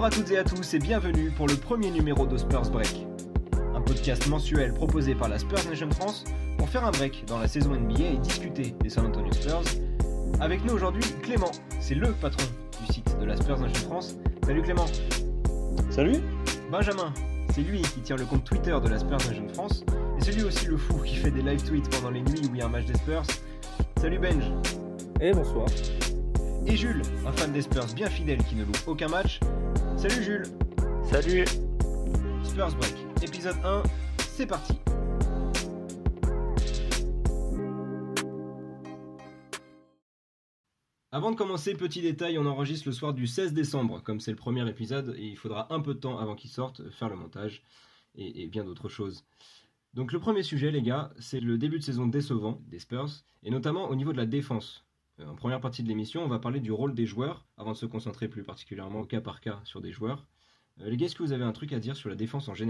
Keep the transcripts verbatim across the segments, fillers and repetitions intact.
à toutes et à tous et bienvenue pour le premier numéro de Spurs Break. Un podcast mensuel proposé par la Spurs Nation France pour faire un break dans la saison N B A et discuter des San Antonio Spurs. Avec nous aujourd'hui, Clément, c'est le patron du site de la Spurs Nation France. Salut Clément. Salut. Benjamin, c'est lui qui tient le compte Twitter de la Spurs Nation France. Et c'est lui aussi le fou qui fait des live tweets pendant les nuits où il y a un match des Spurs. Salut Benj. Et bonsoir. Et Jules, un fan des Spurs bien fidèle qui ne loupe aucun match. Salut Jules. Salut. Spurs Break, épisode un, c'est parti. Avant de commencer, petit détail, on enregistre le soir du seize décembre, comme c'est le premier épisode, et il faudra un peu de temps avant qu'il sorte, faire le montage, et, et bien d'autres choses. Donc le premier sujet, les gars, c'est le début de saison décevant des Spurs, et notamment au niveau de la défense. En première partie de l'émission, on va parler du rôle des joueurs, avant de se concentrer plus particulièrement au cas par cas sur des joueurs. Euh, les gars, est-ce que vous avez un truc à dire sur la défense en général ?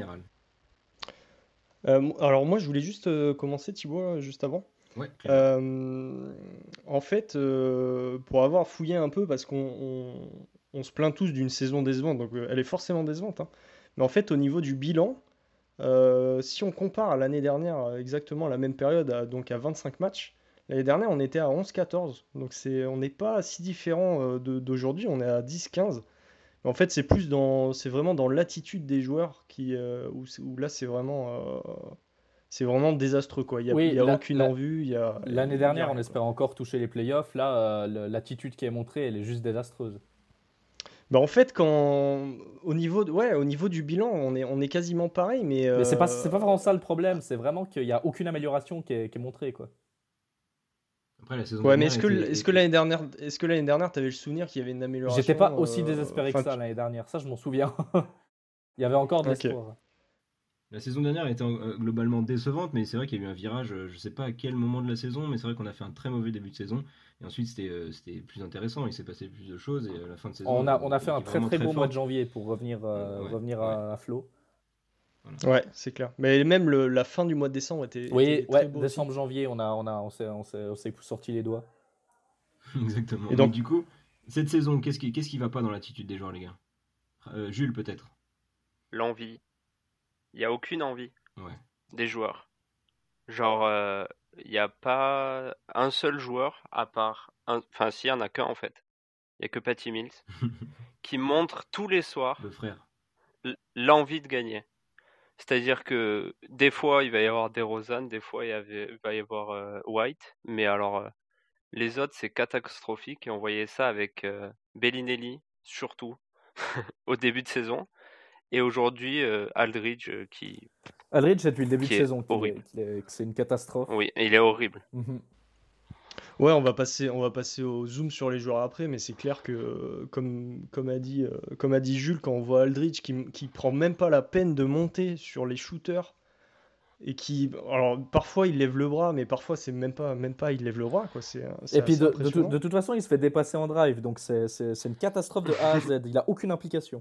Euh, alors moi, je voulais juste euh, commencer, Thibaut, juste avant. Ouais, euh, en fait, euh, pour avoir fouillé un peu, parce qu'on on, on se plaint tous d'une saison décevante, donc euh, elle est forcément décevante, hein. Mais en fait, au niveau du bilan, euh, si on compare à l'année dernière, exactement à la même période, à, donc à vingt-cinq matchs, l'année dernière, on était à onze quatorze, donc c'est, on n'est pas si différent euh, de, d'aujourd'hui, on est à dix quinze. En fait, c'est plus dans, c'est vraiment dans l'attitude des joueurs qui, euh, où, où là, c'est vraiment, euh, c'est vraiment désastreux, quoi. Il y a, Oui, il y a la- aucune la- envie. Il y a, L'année il y a dernière, rien, on quoi. espérait encore toucher les playoffs. Là, euh, le- l'attitude qui est montrée, elle est juste désastreuse. Bah, en fait, quand au niveau, de- ouais, au niveau du bilan, on est, on est quasiment pareil, mais, Mais c'est pas, euh, c'est pas vraiment ça le problème. C'est vraiment qu'il n'y a aucune amélioration qui est, qui est montrée, quoi. Après, la saison ouais, mais dernière est-ce que, était- est-ce que l'année dernière, est-ce que l'année dernière, t'avais le souvenir qu'il y avait une amélioration? J'étais pas aussi euh, désespéré que enfin, ça l'année dernière. Ça, je m'en souviens. Il y avait encore de Ok. l'espoir. La saison dernière était euh, globalement décevante, mais c'est vrai qu'il y a eu un virage, euh, je sais pas à quel moment de la saison, mais c'est vrai qu'on a fait un très mauvais début de saison, et ensuite c'était, euh, c'était plus intéressant, il s'est passé plus de choses, et à la fin de saison... On a, on a fait un était très vraiment très beau mois fort. de janvier pour revenir, euh, Ouais, revenir à, à flot. Ouais, c'est clair. Mais même le, la fin du mois de décembre était, Oui, était ouais, très beau aussi. décembre, janvier, on, a, on, a, on, s'est, on, s'est, on s'est sorti les doigts. Exactement. Et Et donc- donc du coup, cette saison, qu'est-ce qui, qu'est-ce qui va pas dans l'attitude des joueurs, les gars ? Euh, Jules, peut-être ? L'envie. Il n'y a aucune envie Ouais. des joueurs. Genre, il n'y a pas un seul joueur, à part... un- Enfin, si, il n'y en a qu'un en fait. Il n'y a que Patty Mills, qui montre tous les soirs Le frère. l- l'envie de gagner. C'est-à-dire que des fois, il va y avoir DeRozan, des fois, il, y avait- il va y avoir euh, White. Mais alors, euh, les autres, c'est catastrophique. Et on voyait ça avec euh, Bellinelli, surtout, au début de saison. Et aujourd'hui, euh, Aldridge, euh, qui... Aldridge, c'est depuis le début Qui de est saison qu'il est- horrible. qu'il est- que c'est une catastrophe. Oui, il est horrible. Mhm. Ouais, on va passer, on va passer au zoom sur les joueurs après, mais c'est clair que, euh, comme, comme, a dit, euh, comme a dit Jules, quand on voit Aldridge qui, qui prend même pas la peine de monter sur les shooters, et qui, alors parfois il lève le bras, mais parfois c'est même pas, même pas il lève le bras, quoi. C'est, c'est Et puis assez de, de, tout- impressionnant. de toute façon, il se fait dépasser en drive, donc c'est, c'est, c'est une catastrophe de A à Z. Il a aucune implication.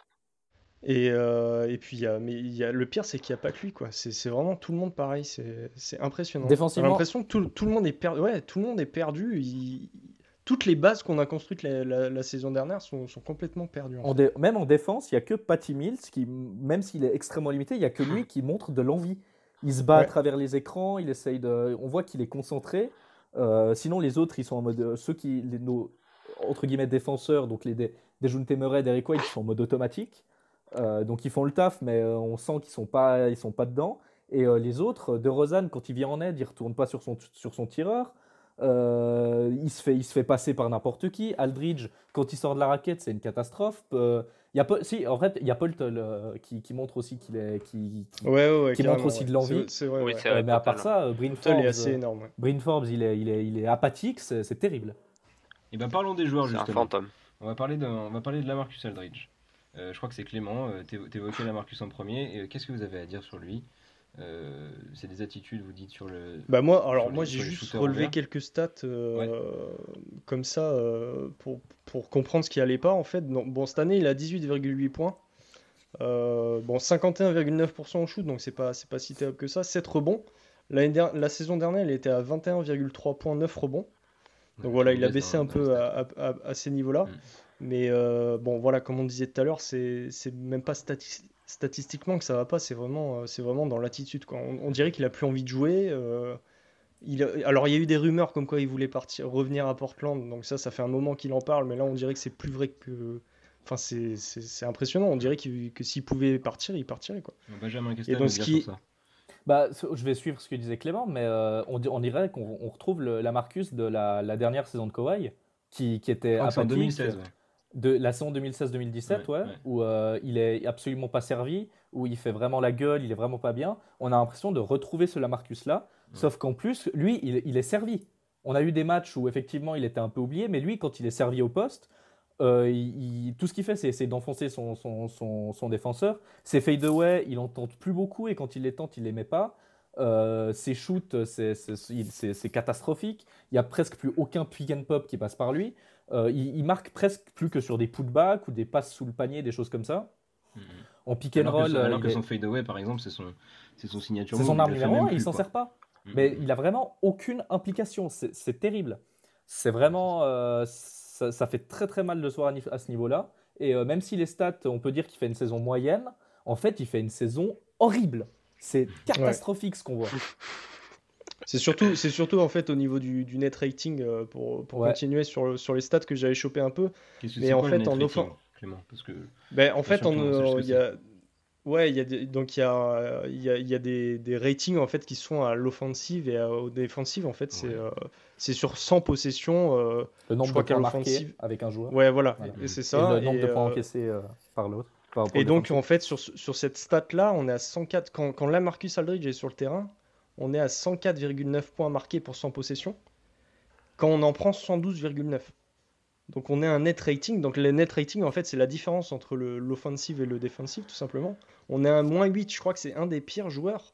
Et, euh, et puis, il y a, mais il y a, le pire, c'est qu'il n'y a pas que lui, quoi. C'est, c'est vraiment tout le monde pareil, c'est, c'est impressionnant. Défensivement- J'ai l'impression que tout, tout le monde est perdu. Ouais, tout le monde est perdu. Il- Toutes les bases qu'on a construites la, la- la saison dernière sont, sont complètement perdues. en En fait. dé- même en défense, il n'y a que Patty Mills, qui, même s'il est extrêmement limité, il n'y a que lui qui montre de l'envie. Il se bat à Ouais. travers les écrans, il essaye de... on voit qu'il est concentré. Euh, sinon, les autres, ils sont en mode... euh, Ceux qui, les, nos, entre guillemets, défenseurs, donc les Dé- Dejounte Murray, Derrick White, ils sont en mode automatique. Euh, donc ils font le taf, mais euh, on sent qu'ils ne sont, pas- ils sont pas dedans. Et euh, les autres, DeRozan, quand il vient en aide, il ne retourne pas sur son, sur son tireur. Euh, il, se fait, il se fait passer par n'importe qui. Aldridge, quand il sort de la raquette, c'est une catastrophe. Euh, il y a Paul- si, en fait, il y a Poltol euh, qui, qui montre aussi qu'il est, qui, qui- Ouais, ouais, ouais, qui montre carrément, aussi ouais. de l'envie. C'est, c'est vrai, Oui, ouais. c'est Euh, vrai. mais à part Poltol. ça, euh, Bryn Paul Forbes, est assez euh, énorme. ouais. Bryn Forbes, il est, il est, il est apathique, c'est, c'est terrible. Et ben parlons des joueurs, C'est un justement. fantôme. On va parler de, on va parler de Lamarcus Aldridge. Euh, je crois que c'est Clément, euh, t'é- t'évoquais Lamarcus en premier, et euh, qu'est-ce que vous avez à dire sur lui ? Euh, c'est des attitudes, vous dites, sur le... Bah moi, alors Sur les- moi j'ai sur les juste shooters relevé ouverts. quelques stats euh, comme ça euh, pour, pour comprendre ce qui allait pas en fait. Non, bon, cette année il a dix-huit virgule huit points, euh, bon cinquante et un virgule neuf pour cent au shoot, donc c'est pas c'est pas si terrible que ça. sept rebonds. L'année der- la saison dernière il était à vingt et un virgule trois points, neuf rebonds. Donc voilà, il a baisse baissé dans- un dans peu le à, à- à- à ces niveaux-là. Mm. Mais euh, bon, voilà, comme on disait tout à l'heure, c'est c'est même pas stati- statistiquement que ça va pas, c'est vraiment, euh, c'est vraiment dans l'attitude, quoi. On, on dirait qu'il a plus envie de jouer. euh, il a- alors, il y a eu des rumeurs comme quoi il voulait partir, revenir à Portland, donc ça, ça fait un moment qu'il en parle, mais là, on dirait que c'est plus vrai que. Enfin, c'est c'est- c'est impressionnant. On dirait qu'il- que s'il pouvait partir, il partirait, quoi. Benjamin, qu'est-ce que Et tu as à donc, nous ce dire sur qui. ça? Bah, ce- je vais suivre ce que disait Clément, mais euh, on, di- on dirait qu'on on retrouve le, la Marcus de la, la dernière saison de Kawhi, qui, qui Je était crois que c'est en apathique, deux mille seize, ouais. de la saison deux mille seize deux mille dix-sept, Ouais, ouais, ouais. où euh, il est absolument pas servi, où il fait vraiment la gueule, il est vraiment pas bien. On a l'impression de retrouver ce Lamarcus-là, Ouais. sauf qu'en plus, lui, il, il est servi. On a eu des matchs où effectivement il était un peu oublié, mais lui, quand il est servi au poste, euh, il- il- tout ce qu'il fait, c'est c'est d'enfoncer son, son, son, son défenseur. Ses fadeaway, il en tente plus beaucoup, et quand il les tente, il les met pas. Euh, ses shoots, c'est c'est- c'est- c'est catastrophique. Il n'y a presque plus aucun pick and pop qui passe par lui. Euh, il, il marque presque plus que sur des putbacks ou des passes sous le panier, des choses comme ça. Mhm. En pick and Alors que, roll, son- euh, alors il que est- son fadeaway, par exemple, c'est son, c'est son signature c'est move, son il arme le fait numéro même un, il plus, s'en quoi. sert pas. Mhm. Mais il a vraiment aucune implication. C'est c'est terrible. C'est vraiment, euh, ça, ça fait très très mal de se voir à, ni- à ce niveau-là. Et euh, même si les stats, on peut dire qu'il fait une saison moyenne, en fait, il fait une saison horrible. C'est catastrophique ce qu'on voit. C'est surtout, c'est surtout en fait au niveau du, du net rating, euh, pour, pour Ouais. continuer sur, sur les stats que j'avais chopé un peu. Qu'est-ce que Mais c'est en quoi fait, le net en rating, offense. Clément? Parce que Ben, en pas fait, sûr en, que tout le monde sache ce euh, que il y a, ouais, il y a des, donc il y a, euh, il y a, il y a des, des ratings en fait qui sont à l'offensive et à, au défensive. En fait, c'est Ouais. euh, c'est sur cent possessions. euh, Le je nombre crois de qu'à points marqués l'offensive. avec un joueur. Ouais, voilà, Voilà. et c'est Et ça. le nombre Et, de points euh, encaissés euh, par l'autre. Par, pour et le donc, défensif. en fait, sur, ce- sur cette stat-là, on est à cent quatre. Quand, quand Lamarcus Aldridge est sur le terrain, on est à cent quatre virgule neuf points marqués pour cent possessions. Quand on en prend cent douze virgule neuf. Donc, on est un net rating. Donc, le net rating, en fait, c'est la différence entre le- l'offensive et le défensif, tout simplement. On est à moins huit. Je crois que c'est un des pires joueurs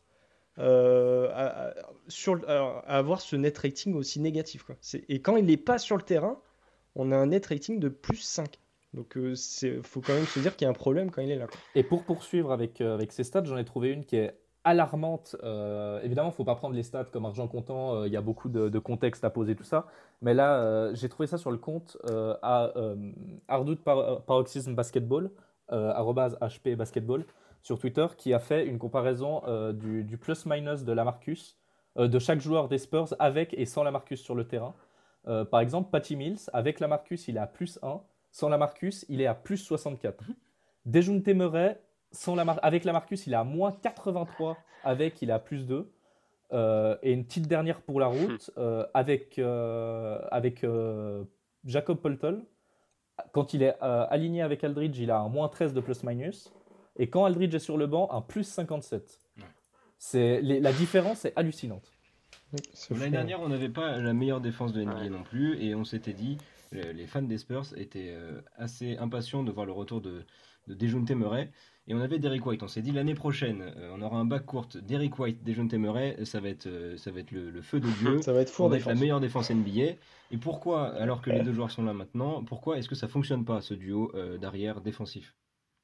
euh, à, à- sur, le- à- à avoir ce net rating aussi négatif, quoi. C'est- Et quand il n'est pas sur le terrain, on a un net rating de plus cinq. Donc, il faut quand même se dire qu'il y a un problème quand il est là, quoi. Et pour poursuivre avec, euh, avec ces stats, j'en ai trouvé une qui est alarmante. Euh, évidemment, il ne faut pas prendre les stats comme argent comptant, euh, il y a beaucoup de, de contexte à poser, tout ça. Mais là, euh, j'ai trouvé ça sur le compte euh, à euh, Ardout Par- Paroxysm Basketball, euh, arobase H P Basketball, sur Twitter, qui a fait une comparaison euh, du, du plus-minus de Lamarcus, euh, de chaque joueur des Spurs avec et sans Lamarcus sur le terrain. Euh, par exemple, Patty Mills, avec Lamarcus, il est à plus un, sans Lamarcus, il est à plus soixante-quatre. Dejounte Murray, sans Lamar- avec Lamarcus, il est à moins quatre-vingt-trois, avec il est à plus deux. Euh, et une petite dernière pour la route, euh, avec, euh, avec euh, Jacob Poeltl, quand il est euh, aligné avec Aldridge, il a un moins treize de plus-minus. Et quand Aldridge est sur le banc, un plus cinquante-sept. Ouais. C'est, les- la différence est hallucinante. C'est L'année fou. dernière, on n'avait pas la meilleure défense de N B A Ouais. non plus, et on s'était dit, le- les fans des Spurs étaient euh, assez impatients de voir le retour de, de Dejounte Murray, et on avait Derrick White. On s'est dit l'année prochaine, euh, on aura un backcourt Derrick White, Dejounte Murray, ça va être, euh, ça va être le, le feu de Dieu. Ça va être fou On en va être la défense. meilleure défense N B A. Et pourquoi, alors que les deux joueurs sont là maintenant, pourquoi est-ce que ça fonctionne pas ce duo euh, d'arrière défensif?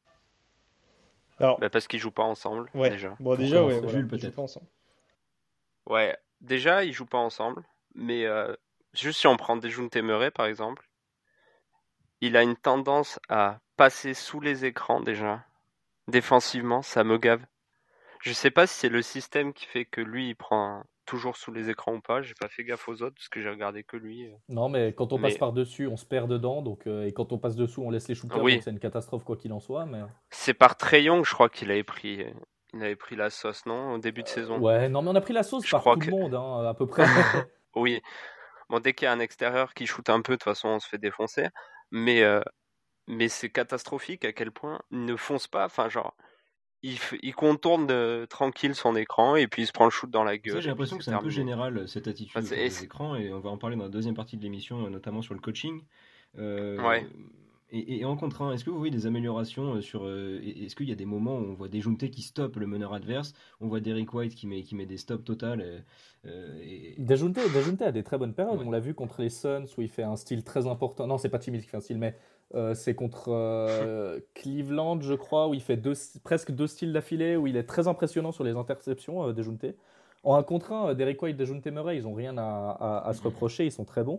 Alors, Bah, parce qu'ils jouent pas ensemble, ouais. déjà. Bon, déjà, commencer, ouais, Jules, voilà, ils peut-être. jouent pas ensemble. Ouais, déjà, ils jouent pas ensemble, mais euh, juste si on prend Dejounte Murray, par exemple, il a une tendance à passer sous les écrans, déjà. Défensivement, ça me gave. Je sais pas si c'est le système qui fait que lui, il prend toujours sous les écrans ou pas. J'ai pas fait gaffe aux autres, parce que j'ai regardé que lui. euh. Non, mais quand on Mais- passe par-dessus, on se perd dedans. Donc, euh, et quand on passe dessous, on laisse les shooters. Oui. Donc, c'est une catastrophe, quoi qu'il en soit. Mais... C'est par Trae Young, je crois qu'il avait pris, il avait pris la sauce, non, au début de saison. Ouais, non, mais on a pris la sauce Je par crois tout que- le monde, hein, à peu près. Oui. Bon, dès qu'il y a un extérieur qui shoot un peu, de toute façon, on se fait défoncer. Mais, euh, mais c'est catastrophique à quel point il ne fonce pas. Enfin, genre, il, f- il contourne de- tranquille son écran et puis il se prend le shoot dans la Ça, gueule. j'ai et l'impression puis que c'est un peu terminé. général, cette attitude Enfin, c'est- autour et des c'est- écrans, et on va en parler dans la deuxième partie de l'émission, euh, notamment sur le coaching. Euh, Ouais. Et, et en contre un, est-ce que vous voyez des améliorations euh, sur... euh, est-ce qu'il y a des moments où on voit Dejounte qui stoppe le meneur adverse, on voit Derrick White qui met, qui met des stops totales euh, euh, et- Dejounte, Dejounte a des très bonnes périodes. Ouais. On l'a vu contre les Suns où il fait un style très important. Non, c'est pas Timmy qui fait un style, mais euh, c'est contre euh, Cleveland, je crois, où il fait deux, presque deux styles d'affilée, où il est très impressionnant sur les interceptions, euh, Dejounte. En un contre un, euh, Derrick White, Dejounte Murray, ils n'ont rien à, à- à se reprocher, ils sont très bons.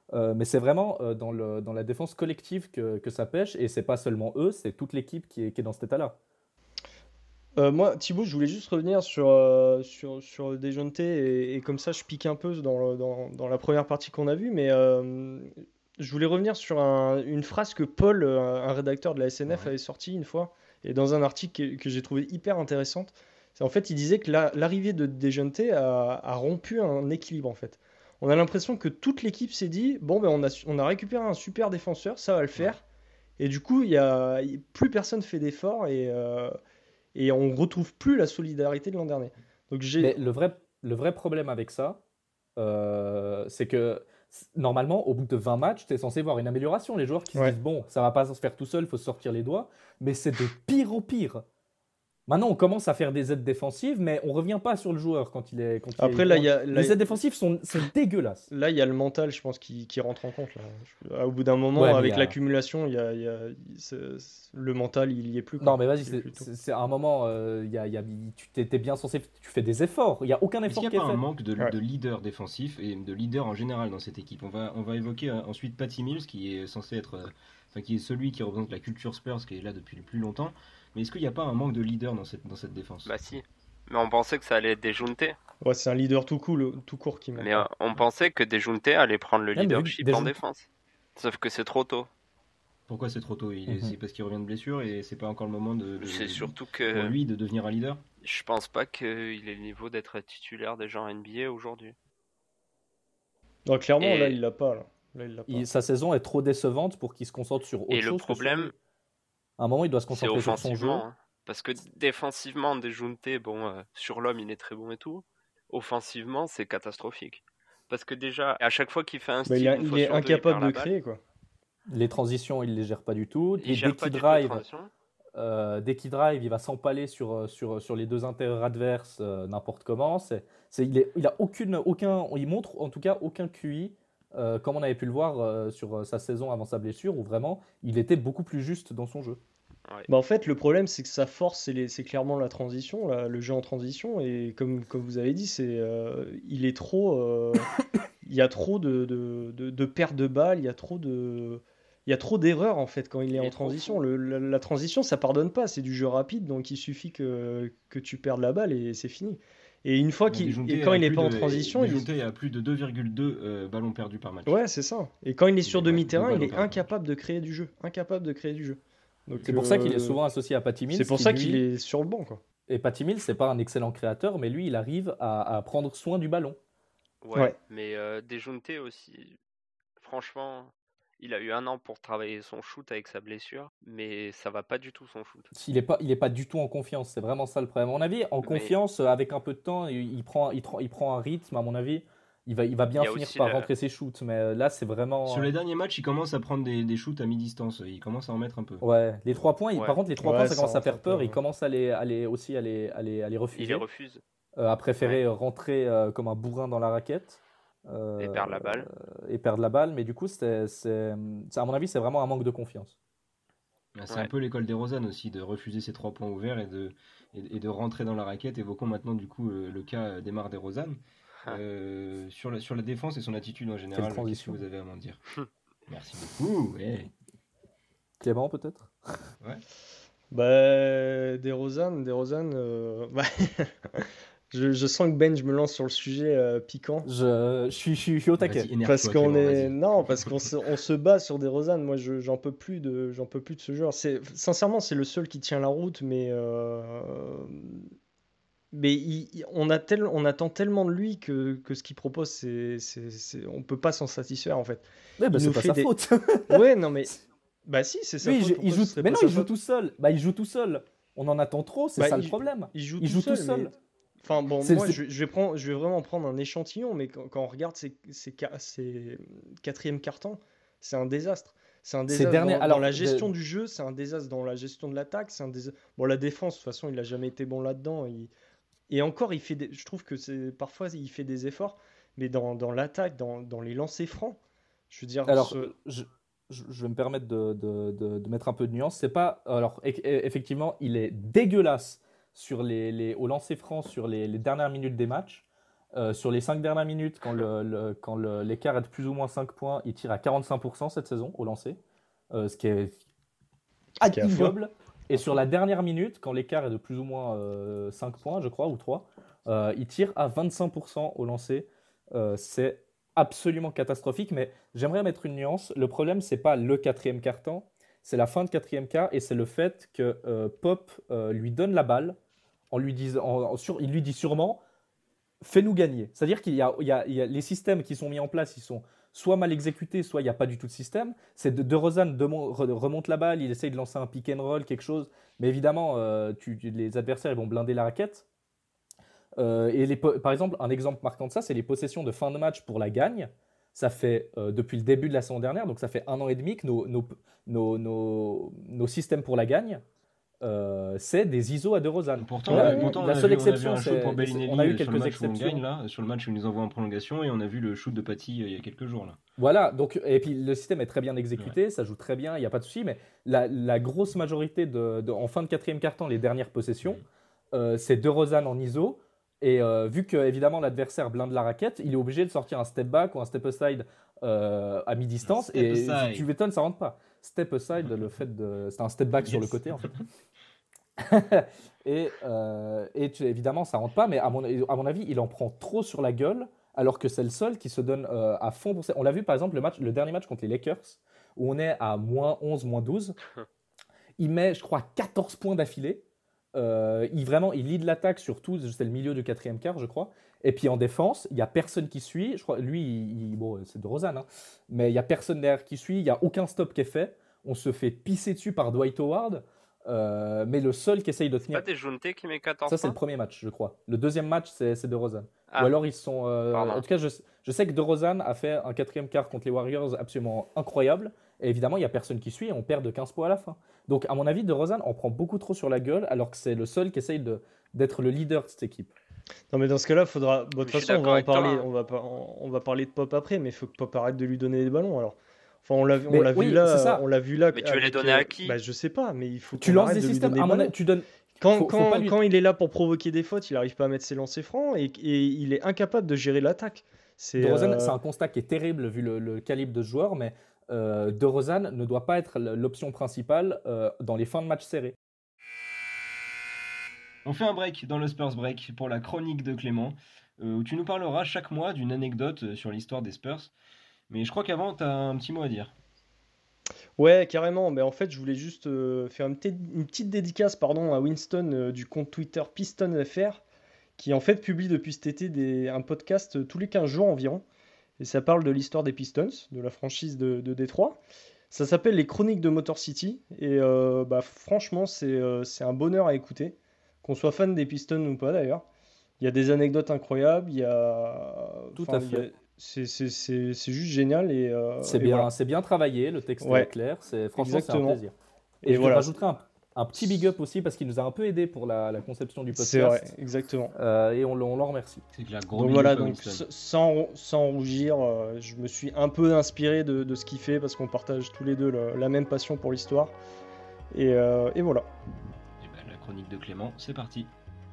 Euh, mais c'est vraiment euh, dans, le, dans la défense collective que, que ça pêche, et c'est pas seulement eux, c'est toute l'équipe qui est, qui est dans cet état-là. Euh, moi, Thibaut, je voulais juste revenir sur, euh, sur, sur Dejounte et, et comme ça, je pique un peu dans, le- dans, dans la première partie qu'on a vue, mais euh, je voulais revenir sur un- une phrase que Paul, euh, un rédacteur de la S N F, Ouais. avait sortie une fois, et dans un article que, que j'ai trouvé hyper intéressante. C'est en fait, il disait que la- l'arrivée de Dejounte a, a rompu un équilibre, en fait. On a l'impression que toute l'équipe s'est dit, bon, ben, on a, su- on a récupéré un super défenseur, ça va le Ouais. faire. Et du coup, il y a, il- plus personne fait d'efforts et, euh, et on retrouve plus la solidarité de l'an dernier. Donc j'ai, Mais le vrai, le vrai problème avec ça, euh, c'est que c- normalement, au bout de vingt matchs, tu es censé voir une amélioration. Les joueurs qui se ouais. disent, bon, ça va pas se faire tout seul, il faut se sortir les doigts, mais c'est de pire en pire. Maintenant, on commence à faire des aides défensives, mais on revient pas sur le joueur quand il est, quand il est Après là, il y a, là, Les aides défensives sont c'est dégueulasse. là, il y a le mental, je pense, qui, qui rentre en compte. Là. Je- Au bout d'un moment, Ouais, mais il avec y a... l'accumulation, il y a, il y a- c'est- c'est- le mental, il y est plus, Non, quoi. mais vas-y, Il y est c'est plus du tout. c'est- c'est à un moment, euh, il y a, il y a- tu t'es t'es bien censé, tu fais des efforts. Il y a aucun Est-ce effort qu'il qui n'y a est pas un fait. manque de, Ouais. de leader défensif et de leader en général dans cette équipe? On va, on va évoquer euh, ensuite Patty Mills, qui est censé être, euh, enfin, qui est celui qui représente la culture Spurs, qui est là depuis le plus longtemps. Mais est-ce qu'il n'y a pas un manque de leader dans cette, dans cette défense? Bah si. Mais on pensait que ça allait être Dejounte. Ouais, c'est un leader tout cool, tout court qui manque. Mais euh, on pensait que Dejounte allait prendre le Ouais, mais vu que leadership en Dejounte- défense. Sauf que c'est trop tôt. Pourquoi c'est trop tôt? Il est- Mhm. C'est parce qu'il revient de blessure et c'est pas encore le moment de, de- C'est surtout pour que lui de devenir un leader? je pense pas qu'il ait le niveau d'être titulaire déjà en N B A aujourd'hui. Non, clairement, Et- là, il l'a pas. Là, Là, il l'a pas. il- sa saison est trop décevante pour qu'il se concentre sur autre Et chose le que problème, sur lui. À un moment, il doit se c'est concentrer sur son jeu. offensivement. hein. Parce que défensivement, Dejounte, bon, euh, sur l'homme, il est très bon et tout. Offensivement, c'est catastrophique. Parce que déjà, à chaque fois qu'il fait un Bah, style, il, a- une il fois est sur deux, il incapable perd de la balle. créer, quoi. Les transitions, il les gère pas du tout. Il Et gère dès pas qu'il du tout les drive, transitions. euh, dès qu'il drive, il va s'empaler sur, euh, sur, sur les deux intérieurs adverses euh, n'importe comment. C'est, c'est, il, est, il a aucune, aucun, il montre en tout cas aucun Q I, euh, comme on avait pu le voir euh, sur euh, sa saison avant sa blessure, où vraiment il était beaucoup plus juste dans son jeu. Bah, en fait, le problème, c'est que sa force, c'est les- c'est clairement la transition, la- le jeu en transition. Et comme, comme vous avez dit, c'est, euh, il est trop. euh, il y a trop de, de, de, de pertes de balles, il y a trop de. Il y a trop d'erreurs en fait quand il est Il en est trop transition. fou. Le- la, la transition, ça pardonne pas, c'est du jeu rapide, donc il suffit que, que tu perdes la balle et c'est fini. Et une fois Mais qu'il Dejounte et quand a il n'est plus pas en de- transition, il Dejounte a plus de deux virgule deux euh, ballons perdus par match. ouais, c'est ça. Et quand il est sur Ouais, deux demi-terrain, il ballons est perdus. incapable de créer du jeu, incapable de créer du jeu. Donc, C'est pour ça qu'il est euh, souvent associé à Patty Mills. c'est pour qui, ça lui- qu'il est sur le banc, quoi. Et Patty Mills, c'est pas un excellent créateur, mais lui, il arrive à, à prendre soin du ballon. Ouais, Ouais. mais euh, Dejounte aussi, franchement, il a eu un an pour travailler son shoot avec sa blessure, mais ça va pas du tout son shoot. Il n'est pas, il est pas du tout en confiance, c'est vraiment ça le problème. À mon avis, en Mais- confiance, euh, avec un peu de temps, il, il prend, il, tra- il prend un rythme, à mon avis, il va, il va bien Il y a finir aussi par la- rentrer ses shoots. Mais euh, là, c'est vraiment. Sur les derniers matchs, il commence à prendre des, des shoots à mi-distance. Il commence à en mettre un peu. Ouais, les trois points, il- Ouais. par contre, les trois Ouais, points, ça ça commence à rentre faire un peu, peur. Il ouais. commence à les, à les- aussi à les, à les, à les refuser, Il les refuse euh, à préférer euh, rentrer euh, comme un bourrin dans la raquette. euh, et perd la balle. et perdre la balle. Mais du coup, c'est, c'est, c'est- à mon avis, c'est vraiment un manque de confiance. C'est Ouais. un peu l'école des Rosanne aussi, de refuser ses trois points ouverts et de, et, et de rentrer dans la raquette. Évoquons maintenant du coup le, le cas d'Emar DeRozan. Ah. Euh, sur, la, sur la défense et son attitude en général, qu'est-ce que transition. vous avez à m'en dire? Merci beaucoup. ouais. Clément, peut-être? Bah, DeRozan, DeRozan, euh, bah, je, je sens que Ben, je me lance sur le sujet euh, piquant. Je, je, suis, je, suis, je suis au taquet. Vas-y, énerve-toi, Parce qu'on Clément, est vas-y. non, parce qu'on se, on se bat sur DeRozan. Moi, je, j'en peux plus de, j'en peux plus de ce joueur. C'est sincèrement, c'est le seul qui tient la route, mais euh, mais il- il- on a tel, on attend tellement de lui que, que ce qu'il propose, c'est, c'est, c'est- on peut pas s'en satisfaire en fait. Ouais, bah, il c'est nous pas fait sa des- faute. Ouais, non mais bah si, c'est sa Lui, il faute. joue- Pourquoi il ce joue, serait mais pas non, sa il joue faute tout seul. Bah, il joue tout seul. On en attend trop, c'est Bah, ça il le joue- problème. Il joue Il tout joue seul. tout seul. mais- Enfin bon, C'est- moi c'est- je, je vais prendre, je vais vraiment prendre un échantillon, mais quand, quand on regarde ces, ces, ca- ces quatrième carton, c'est un désastre. C'est un Ces désastre derniers- dans, dans alors, la de- gestion du jeu, c'est un désastre dans la gestion de l'attaque, c'est un désastre. Bon, la défense, de toute façon, il a jamais été bon là-dedans. il- Et encore, il fait des... je trouve que c'est parfois il fait des efforts, mais dans, dans l'attaque, dans, dans les lancers francs, je veux dire. Alors, ce- je, je- je vais me permettre de, de- de- de mettre un peu de nuance. C'est pas. Alors, e- e- effectivement, il est dégueulasse sur les, les, au lancer franc sur les, les dernières minutes des matchs. Euh, sur les cinq dernières minutes, quand, le, le, quand le, l'écart est de plus ou moins cinq points, il tire à quarante-cinq pour cent cette saison au lancer, euh, ce qui est ignoble. Et sur la dernière minute, quand l'écart est de plus ou moins euh, cinq points, je crois, ou trois, euh, il tire à vingt-cinq pour cent au lancer. Euh, c'est absolument catastrophique, mais j'aimerais mettre une nuance. Le problème, c'est pas le quatrième quart-temps, c'est la fin de quatrième quart, et c'est le fait que euh, Pop euh, lui donne la balle, en lui disant, en, en, sur, il lui dit sûrement « fais-nous gagner ». C'est-à-dire qu'il y a, il y a, il y a les systèmes qui sont mis en place, ils sont soit mal exécutés, soit il n'y a pas du tout de système. C'est de, de Rozan demon, remonte la balle, il essaye de lancer un pick and roll, quelque chose, mais évidemment, euh, tu, les adversaires ils vont blinder la raquette. Euh, et les, par exemple, un exemple marquant de ça, c'est les possessions de fin de match pour la gagne. Ça fait euh, depuis le début de la saison dernière, donc ça fait un an et demi que nos, nos, nos, nos, nos systèmes pour la gagne, euh, c'est des I S O à DeRozan. Pourtant, la, euh, pourtant la on seule a exception, vu, on a vu un shoot pour Bellinelli on a eu sur quelques le match exceptions. Où on gagne, là, sur le match où ils nous envoient en prolongation, et on a vu le shoot de Patty euh, il y a quelques jours. Là. Voilà, donc, et puis le système est très bien exécuté, ouais. Ça joue très bien, il n'y a pas de souci, mais la, la grosse majorité de, de, en fin de quatrième quart-temps, les dernières possessions, ouais. euh, c'est DeRozan en I S O. Et euh, vu que évidemment l'adversaire blinde la raquette, il est obligé de sortir un step back ou un step aside euh, à mi-distance. Et aside. Si tu m'étonnes, ça rentre pas. Step aside, le fait de, c'est un step back yes. sur le côté en fait. et euh, et tu, évidemment, ça rentre pas. Mais à mon, à mon avis, il en prend trop sur la gueule, alors que c'est le seul qui se donne euh, à fond. Pour... On l'a vu par exemple le match, le dernier match contre les Lakers, où on est à moins onze, moins douze. Il met, je crois, quatorze points d'affilée. Euh, il, vraiment, il lead l'attaque sur tout, c'est le milieu du quatrième quart, je crois. Et puis en défense, il n'y a personne qui suit. Je crois, lui, il, il, bon, c'est DeRozan, hein, mais il n'y a personne derrière qui suit. Il n'y a aucun stop qui est fait. On se fait pisser dessus par Dwight Howard. Euh, mais le seul qui essaye de tenir. C'est pas Dejounte qui met quatorze Ça, c'est points. le premier match, je crois. Le deuxième match, c'est, c'est DeRozan. Ah. Ou alors ils sont. Euh... En tout cas, je, je sais que DeRozan a fait un quatrième quart contre les Warriors absolument incroyable. Et évidemment, il n'y a personne qui suit et on perd de quinze points à la fin. Donc, à mon avis, DeRozan en prend beaucoup trop sur la gueule, alors que c'est le seul qui essaye de, d'être le leader de cette équipe. Non, mais dans ce cas-là, il faudra. Bon, de toute façon, on va en parler. Toi, hein. on, va pas, on va parler de Pop après, mais il faut que Pop arrête de lui donner des ballons. Alors, enfin, on l'a, on l'a oui, vu là. On l'a vu là. Mais tu veux les donner à qui? Bah, je sais pas, mais il faut. Tu lances des systèmes. À mon avis, tu donnes. Quand, faut, quand, faut lui... quand il est là pour provoquer des fautes, il n'arrive pas à mettre ses lancers francs et, et il est incapable de gérer l'attaque. C'est, DeRozan, euh... c'est un constat qui est terrible vu le, le calibre de ce joueur, mais euh, DeRozan ne doit pas être l'option principale euh, dans les fins de match serrés. On fait un break dans le Spurs Break pour la chronique de Clément, euh, où tu nous parleras chaque mois d'une anecdote sur l'histoire des Spurs. Mais je crois qu'avant, tu as un petit mot à dire. Ouais, carrément. Mais en fait, je voulais juste euh, faire une, t- une petite dédicace pardon, à Winston euh, du compte Twitter Piston F R, qui en fait publie depuis cet été des, un podcast euh, tous les quinze jours environ. Et ça parle de l'histoire des Pistons, de la franchise de, de Détroit. Ça s'appelle Les Chroniques de Motor City. Et euh, bah, franchement, c'est, euh, c'est un bonheur à écouter. Qu'on soit fan des Pistons ou pas d'ailleurs. Il y a des anecdotes incroyables. Il y a... Tout à fait. C'est, c'est, c'est, c'est juste génial. Et, euh, c'est, et bien, voilà. c'est bien travaillé, le texte ouais. est clair. C'est, franchement, Exactement. c'est un plaisir. Et, et je voilà. rajouterai un, un petit big up aussi parce qu'il nous a un peu aidé pour la, la conception du podcast. C'est vrai, exactement. Euh, et on, on l'en remercie. C'est que la gros donc voilà, donc sans, sans rougir, euh, je me suis un peu inspiré de, de ce qu'il fait parce qu'on partage tous les deux le, la même passion pour l'histoire. Et, euh, et voilà. Et ben, la chronique de Clément, c'est parti.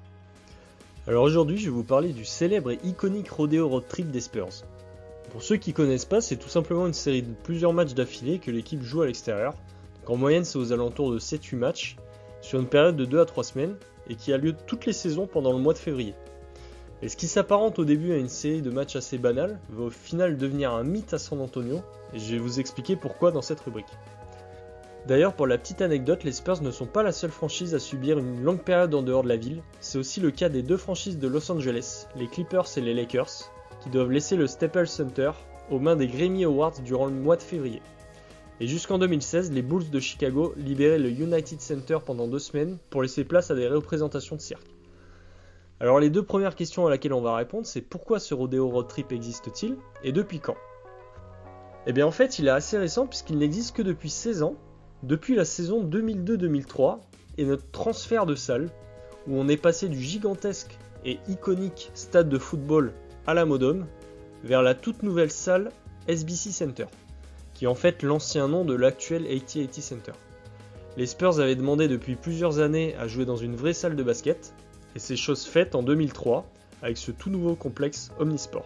Alors aujourd'hui, je vais vous parler du célèbre et iconique Rodeo Road Trip des Spurs. Pour ceux qui connaissent pas, c'est tout simplement une série de plusieurs matchs d'affilée que l'équipe joue à l'extérieur. Donc en moyenne, c'est aux alentours de sept huit matchs, sur une période de deux à trois semaines, et qui a lieu toutes les saisons pendant le mois de février. Et ce qui s'apparente au début à une série de matchs assez banale, va au final devenir un mythe à San Antonio, et je vais vous expliquer pourquoi dans cette rubrique. D'ailleurs, pour la petite anecdote, les Spurs ne sont pas la seule franchise à subir une longue période en dehors de la ville, c'est aussi le cas des deux franchises de Los Angeles, les Clippers et les Lakers, qui doivent laisser le Staples Center aux mains des Grammy Awards durant le mois de février. Et jusqu'en deux mille seize, les Bulls de Chicago libéraient le United Center pendant deux semaines pour laisser place à des représentations de cirque. Alors les deux premières questions à laquelle on va répondre, c'est pourquoi ce Rodeo Road Trip existe-t-il et depuis quand ? Eh bien en fait, il est assez récent puisqu'il n'existe que depuis seize ans, depuis la saison deux mille deux deux mille trois et notre transfert de salle, où on est passé du gigantesque et iconique stade de football à la Modome vers la toute nouvelle salle S B C Center, qui est en fait l'ancien nom de l'actuel A T and T Center. Les Spurs avaient demandé depuis plusieurs années à jouer dans une vraie salle de basket, et c'est chose faite en deux mille trois, avec ce tout nouveau complexe Omnisport.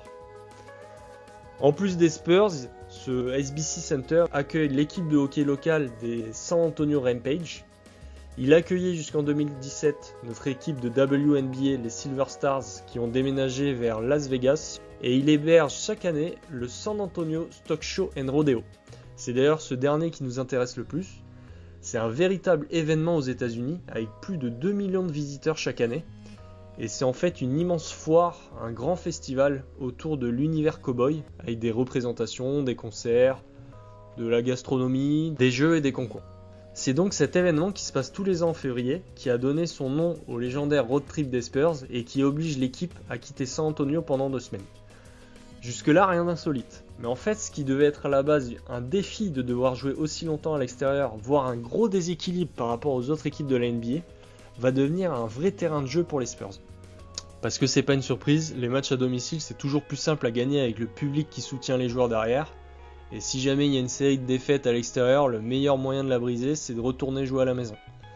En plus des Spurs, ce S B C Center accueille l'équipe de hockey locale des San Antonio Rampage. Il accueillait jusqu'en deux mille dix-sept notre équipe de W N B A, les Silver Stars, qui ont déménagé vers Las Vegas, et il héberge chaque année le San Antonio Stock Show and Rodeo. C'est d'ailleurs ce dernier qui nous intéresse le plus. C'est un véritable événement aux États-Unis avec plus de deux millions de visiteurs chaque année. Et c'est en fait une immense foire, un grand festival autour de l'univers cowboy avec des représentations, des concerts, de la gastronomie, des jeux et des concours. C'est donc cet événement qui se passe tous les ans en février qui a donné son nom au légendaire road trip des Spurs et qui oblige l'équipe à quitter San Antonio pendant deux semaines. Jusque-là, rien d'insolite. Mais en fait, ce qui devait être à la base un défi de devoir jouer aussi longtemps à l'extérieur, voire un gros déséquilibre par rapport aux autres équipes de la N B A, va devenir un vrai terrain de jeu pour les Spurs. Parce que c'est pas une surprise, les matchs à domicile c'est toujours plus simple à gagner avec le public qui soutient les joueurs derrière. Et si jamais il y a une série de défaites à l'extérieur, le meilleur moyen de la briser c'est de retourner jouer à la maison.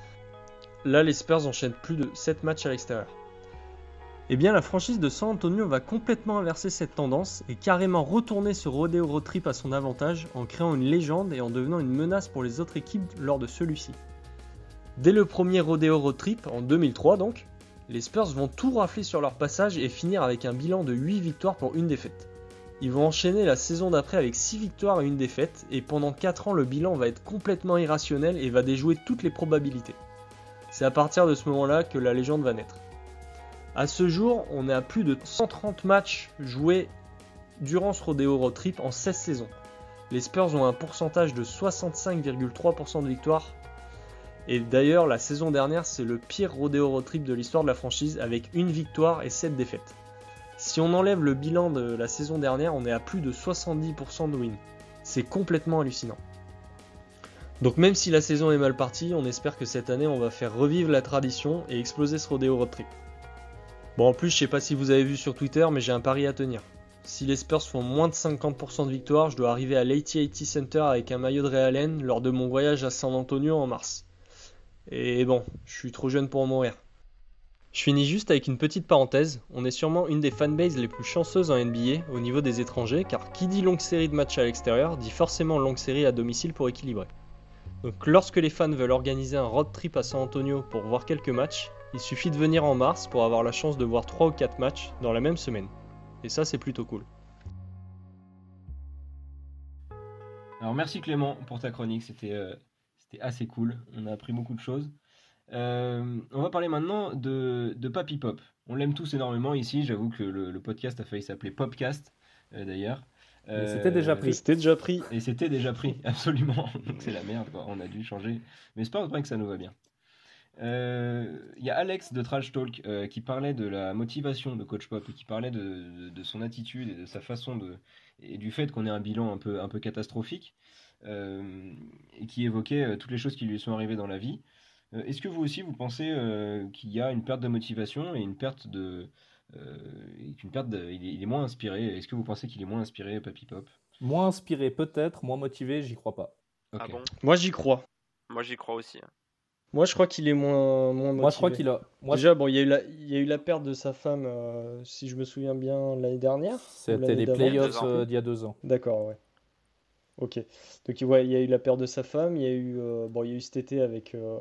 Là les Spurs enchaînent plus de sept matchs à l'extérieur. Eh bien la franchise de San Antonio va complètement inverser cette tendance et carrément retourner ce rodeo road trip à son avantage en créant une légende et en devenant une menace pour les autres équipes lors de celui-ci. Dès le premier rodeo road trip, en deux mille trois donc, les Spurs vont tout rafler sur leur passage et finir avec un bilan de huit victoires pour une défaite. Ils vont enchaîner la saison d'après avec six victoires et une défaite, et pendant quatre ans le bilan va être complètement irrationnel et va déjouer toutes les probabilités. C'est à partir de ce moment-là que la légende va naître. A ce jour, on est à plus de cent trente matchs joués durant ce rodeo road trip en seize saisons. Les Spurs ont un pourcentage de soixante-cinq virgule trois pour cent de victoires. Et d'ailleurs, la saison dernière, c'est le pire rodeo road trip de l'histoire de la franchise avec une victoire et sept défaites. Si on enlève le bilan de la saison dernière, on est à plus de soixante-dix pour cent de win. C'est complètement hallucinant. Donc même si la saison est mal partie, on espère que cette année on va faire revivre la tradition et exploser ce rodeo road trip. Bon en plus, je sais pas si vous avez vu sur Twitter, mais j'ai un pari à tenir. Si les Spurs font moins de cinquante pour cent de victoire, je dois arriver à l'A T and T Center avec un maillot de Ray Allen lors de mon voyage à San Antonio en mars. Et bon, je suis trop jeune pour en mourir. Je finis juste avec une petite parenthèse, on est sûrement une des fanbases les plus chanceuses en N B A au niveau des étrangers, car qui dit longue série de matchs à l'extérieur, dit forcément longue série à domicile pour équilibrer. Donc lorsque les fans veulent organiser un road trip à San Antonio pour voir quelques matchs, il suffit de venir en mars pour avoir la chance de voir trois ou quatre matchs dans la même semaine. Et ça c'est plutôt cool. Alors merci Clément pour ta chronique, c'était, euh, c'était assez cool, on a appris beaucoup de choses. Euh, on va parler maintenant de, de Papy Pop. On l'aime tous énormément ici, j'avoue que le, le podcast a failli s'appeler Popcast euh, d'ailleurs. Mais c'était déjà pris. C'était déjà pris. Et c'était déjà pris, absolument. Donc c'est la merde, quoi. On a dû changer. Mais c'est pas vrai que ça nous va bien. Il euh, y a Alex de Trash Talk euh, qui parlait de la motivation de Coach Pop et qui parlait de, de, de son attitude et de sa façon de et du fait qu'on ait un bilan un peu, un peu catastrophique euh, et qui évoquait euh, toutes les choses qui lui sont arrivées dans la vie. Euh, est-ce que vous aussi vous pensez euh, qu'il y a une perte de motivation et une perte de euh, une perte de, il, est, il est moins inspiré. Est-ce que vous pensez qu'il est moins inspiré, Papy Pop? Moins inspiré peut-être, moins motivé, j'y crois pas. Okay. Ah bon? Moi j'y crois. Moi j'y crois aussi. Moi je crois qu'il est moins, moins motivé. Moi je crois qu'il a. Moi, Déjà, bon, il y, a eu la, il y a eu la perte de sa femme, euh, si je me souviens bien, l'année dernière. C'était les playoffs euh, d'il y a deux ans. D'accord, ouais. Ok. Donc ouais, il y a eu la perte de sa femme, il y a eu, euh, bon, il y a eu cet été avec, euh,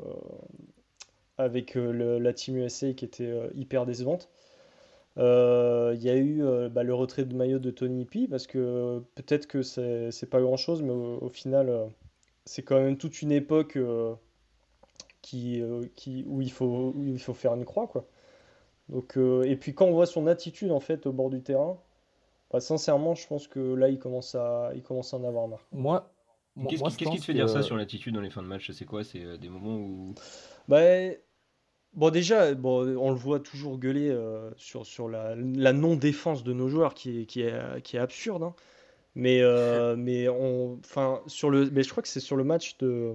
avec euh, le, la Team U S A qui était euh, hyper décevante. Euh, il y a eu euh, bah, le retrait de maillot de Tony P, parce que euh, peut-être que c'est, c'est pas grand-chose, mais au, au final, euh, c'est quand même toute une époque euh, qui, euh, qui, où, il faut, où il faut faire une croix, quoi. Donc, euh, et puis quand on voit son attitude en fait au bord du terrain, bah, sincèrement, je pense que là, il commence à, il commence à en avoir marre. Moi, moi qu'est-ce, moi, qui, qu'est-ce qui te fait que... dire ça sur l'attitude dans les fins de match? C'est quoi? C'est euh, des moments où... Bah, bon, déjà, bon, on le voit toujours gueuler euh, sur, sur la, la non-défense de nos joueurs qui est, qui est, qui est absurde. Hein. Mais, euh, mais, on, enfin, sur le, mais je crois que c'est sur le match de,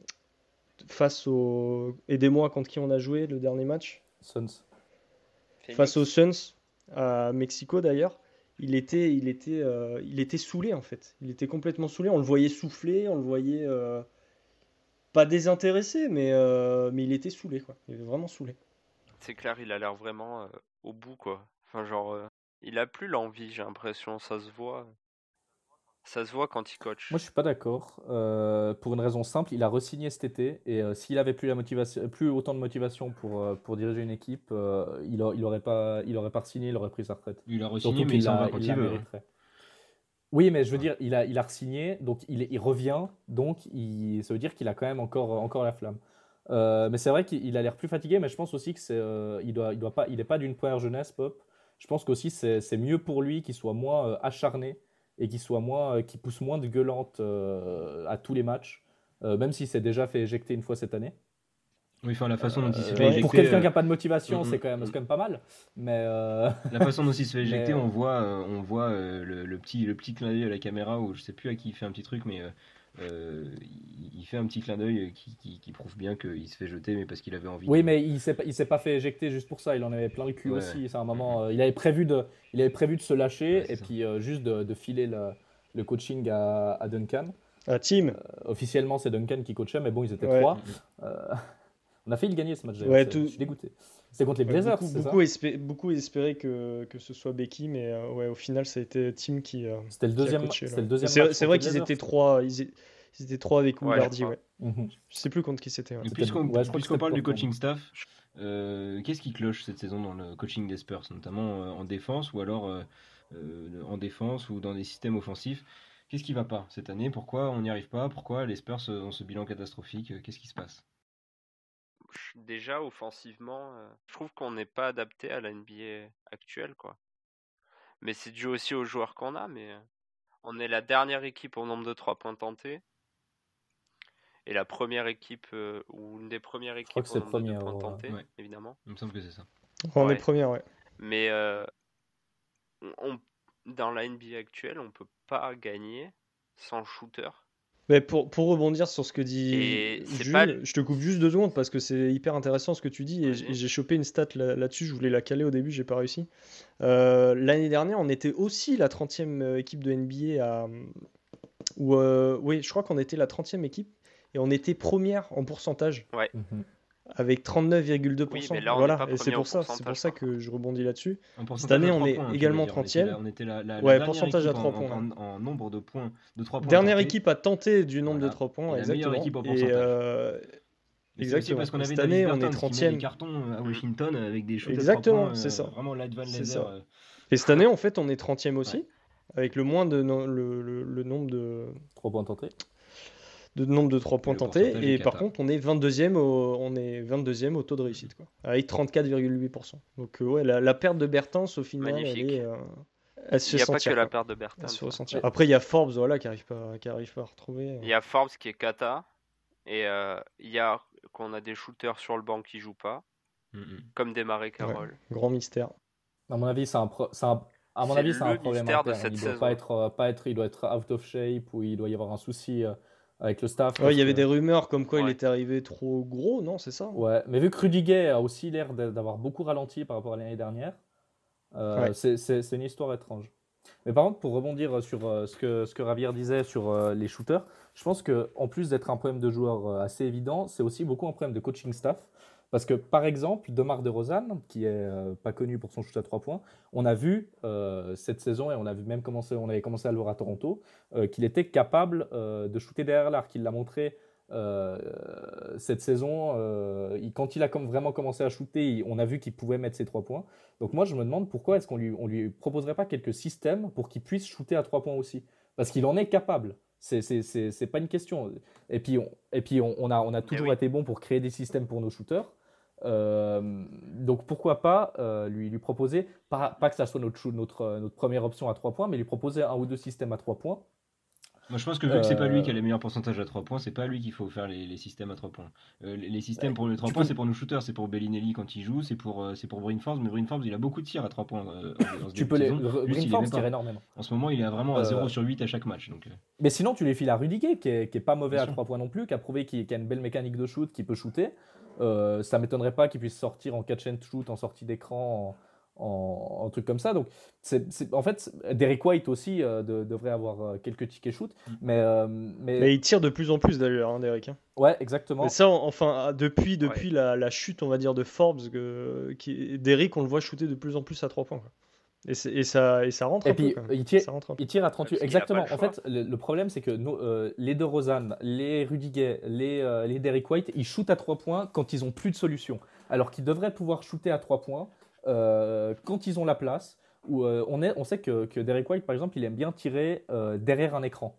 face au... Aidez-moi, contre qui on a joué le dernier match? Suns. Face aux Suns, à Mexico d'ailleurs. Il était, il, était, euh, il était saoulé en fait. Il était complètement saoulé. On le voyait souffler, on le voyait euh, pas désintéressé, mais, euh, mais il était saoulé, quoi. Il était vraiment saoulé. C'est clair, il a l'air vraiment euh, au bout, quoi. Enfin, genre, euh, il a plus l'envie, j'ai l'impression, ça se voit. Ça se voit quand il coach. Moi, je suis pas d'accord. euh, pour une raison simple, il a re-signé cet été et euh, s'il avait plus la motivation, plus autant de motivation pour, euh, pour diriger une équipe, euh, il, a- il aurait pas, il aurait pas re-signé, il aurait pris sa retraite. Il a re-signé, Surtout mais qu'il il s'en la, va quand il il la veut. hein. mériterait. Oui, mais je veux Ouais. dire, il a, il a re-signé, donc il, est- il revient, donc il, ça veut dire qu'il a quand même encore, encore la flamme. Euh, mais c'est vrai qu'il il a l'air plus fatigué, mais je pense aussi que c'est, euh, il doit, il doit pas, il est pas d'une première jeunesse, Pop. Je pense qu'aussi c'est, c'est mieux pour lui qu'il soit moins euh, acharné et qu'il soit moins, euh, qu'il pousse moins de gueulante euh, à tous les matchs, euh, même s'il s'est déjà fait éjecter une fois cette année. Oui, enfin, la façon dont il s'est Euh, fait Ouais. pour éjecter. quelqu'un euh, qui n'a pas de mm, motivation, mm, c'est quand même, mm. c'est quand même pas mal. Mais, euh, La façon dont il se fait éjecter, mais on voit, euh, on voit euh, le, le petit, le petit clin d'œil à la caméra où je sais plus à qui il fait un petit truc, mais euh, euh, il, il fait un petit clin d'œil qui, qui, qui prouve bien qu'il se fait jeter, mais parce qu'il avait envie oui, de. mais il s'est pas- il s'est pas fait éjecter juste pour ça. Il en avait plein le cul Ouais, aussi. C'est un ouais. moment, euh, il avait prévu de, il avait prévu de se lâcher Ouais, c'est et ça. puis euh, juste de, de filer le, le coaching à, à Duncan. Ah, Tim. Euh, officiellement, c'est Duncan qui coachait, mais bon, ils étaient Ouais. trois. Mm, mm. Euh, on a failli le gagner ce match d'ailleurs. Ouais, c'est- tout- Je suis dégoûté. C'est contre les Ouais, Blazers, beaucoup, c'est ça? beaucoup, espé- beaucoup espéraient que, que ce soit Becky, mais euh, ouais, au final, ça a été Tim qui, euh, C'était le qui a deuxième, coaché. c'était là. le deuxième C'est match c'est contre vrai les qu'ils Blazers. étaient trois, ils, é- ils étaient trois avec Ouais, je Willardy, crois. ouais. Mhm. Je sais plus contre qui c'était. ouais. Et C'était- puisqu'on ouais, je crois que puisqu'on c'était parle du Portland. coaching staff, euh, qu'est-ce qui cloche cette saison dans le coaching des Spurs, notamment euh, en défense ou alors euh, euh, en défense ou dans des systèmes offensifs? Qu'est-ce qui va pas cette année? Pourquoi on n'y arrive pas? Pourquoi les Spurs euh, ont ce bilan catastrophique? Qu'est-ce qui se passe? Je- Déjà, offensivement, euh, je trouve qu'on n'est pas adapté à la N B A actuelle, quoi. Mais c'est dû aussi aux joueurs qu'on a, mais euh, on est la dernière équipe au nombre de trois points tentés. Et la première équipe, euh, ou une des premières Je crois équipes que au c'est nombre de deux première. points ouais. tentés, Ouais. évidemment. Il me semble que c'est ça. On Ouais. est première, ouais. Mais euh, on- dans la N B A actuelle, on peut pas gagner sans shooter. Mais pour, pour rebondir sur ce que dit Et c'est Jules, pas- je te coupe juste deux secondes parce que c'est hyper intéressant ce que tu dis et j- Vas-y. et j'ai chopé une stat là- là-dessus, je voulais la caler au début, j'ai pas réussi. Euh, l'année dernière, on était aussi la trentième euh, équipe de N B A à... Ou euh, oui, je crois qu'on était la trentième équipe et on était première en pourcentage Mhm. avec trente-neuf virgule deux pour cent. Oui, mais là, on voilà, n'est pas et c'est premier pour au ça, c'est pourcentage, pour ça par que je rebondis là-dessus. En pourcentage année, à on trois est points, tu veux également dire. On était trentième. la- On était la, la- la Ouais, dernière pourcentage à équipe trois en, points. en- en nombre de points, de trois points Dernière tentés. équipe à tenter du nombre Voilà. de trois Et points, la meilleure exactement. équipe en Et, pourcentage. euh, Mais c'est aussi exactement. parce qu'on Et avait cette Davis année, on Bertans est qui met trentième. des cartons à Washington avec des shoots Exactement, à trois points, c'est ça. euh, vraiment light van C'est laser. ça. euh, Et cette année, en fait, on est trentième aussi, Ouais. avec le moins de no- le, le- le nombre de, Trois points tentés. de nombre de trois points Le tentés. pourcentage est Et par cata. contre, on est vingt-deuxième au, on est vingt-deuxième au taux de réussite, quoi, avec trente-quatre virgule huit pour cent. Donc, euh, ouais, la, la perte de Bertens, au final, elle Magnifique. est, euh, elle se Il fait n'y a pas sentir, que la quoi. perte de Elle Bertens. se fait hein. ressentir. Après, il y a Forbes, voilà, qui arrive pas, qui arrive pas à retrouver. Il y a Forbes qui est cata. Et euh, il y a qu'on a des shooters sur le banc qui jouent pas, mm, mm. comme Desmarais Ouais, Carroll. grand mystère. À mon avis, c'est un, pro- c'est un- à mon C'est avis, c'est un le problème mystère de interne. cette Il doit saison. pas être, euh, pas être, il doit être out of shape ou il doit y avoir un souci euh, avec le staff. Ouais, parce il y avait que- des rumeurs comme quoi il Ouais. était arrivé trop gros, non, c'est ça? Ouais, mais vu que Rudiger a aussi l'air d'a- d'avoir beaucoup ralenti par rapport à l'année dernière, euh, Ouais. c'est- c'est c'est une histoire étrange. Mais par contre, pour rebondir sur euh, ce que, ce que Ravier disait sur euh, les shooters, je pense qu'en plus d'être un problème de joueur euh, assez évident, c'est aussi beaucoup un problème de coaching staff. Parce que, par exemple, DeMar DeRozan, qui est euh, pas connu pour son shoot à trois points, on a vu euh, cette saison, et on, a vu même commencé, on avait commencé à le voir à Toronto, euh, qu'il était capable euh, de shooter derrière l'arc. Il l'a montré euh, cette saison. Euh, il- quand il a comme vraiment commencé à shooter, il- on a vu qu'il pouvait mettre ses trois points. Donc moi, je me demande pourquoi est-ce qu'on lui, on lui proposerait pas quelques systèmes pour qu'il puisse shooter à trois points aussi. Parce qu'il en est capable. C'est, c'est, c'est, c'est pas une question. Et puis, on, et puis on, on a, on a toujours oui. été bon pour créer des systèmes pour nos shooters. Euh, donc pourquoi pas euh, lui, lui proposer, pas, pas que ça soit notre, shoot- notre, euh, notre première option à trois points, mais lui proposer un ou deux systèmes à trois points. Moi, je pense que vu que c'est pas lui Euh, qui a les meilleurs pourcentages à trois points, c'est pas à lui qu'il faut faire les, les systèmes à trois points. Euh, les, les systèmes pour les trois tu points, peux- c'est pour nos shooters, c'est pour Bellinelli quand il joue, c'est pour, euh, c'est pour Bryn Forbes, mais Bryn Forbes, il a beaucoup de tirs à trois points euh, en ce Tu début peux de les. saison. Bryn Juste, il les Forbes met tire pas. énormément. En ce moment, il est vraiment à Euh, zéro sur huit à chaque match. Donc, euh, Mais sinon, tu les files à Rudiger, qui est, qui est pas mauvais Bien à sûr. trois points non plus, qui a prouvé qu'il qui a une belle mécanique de shoot, qui peut shooter. Euh, ça m'étonnerait pas qu'il puisse sortir en catch and shoot, en sortie d'écran, en, en, en truc comme ça. Donc, c'est, c'est, en fait, Derek White aussi euh, de, devrait avoir euh, quelques tickets shoot. Mais, euh, mais... mais il tire de plus en plus d'ailleurs, hein, Derek. Hein. Ouais, exactement. Mais ça, enfin, depuis, depuis ouais. la, la chute, on va dire, de Forbes, que, qui, Derek, on le voit shooter de plus en plus à trois points. Quoi. Et, c'est, et, ça, et ça rentre et un puis, peu. Il tire, il tire à trente-huit. Exactement. En fait, le, le problème, c'est que nous, euh, les DeRozan, les Rudy Gay, les, euh, les Derek White, ils shootent à trois points quand ils n'ont plus de solution. Alors qu'ils devraient pouvoir shooter à trois points euh, quand ils ont la place. Où, euh, on, est, on sait que, que Derek White, par exemple, il aime bien tirer euh, derrière un écran.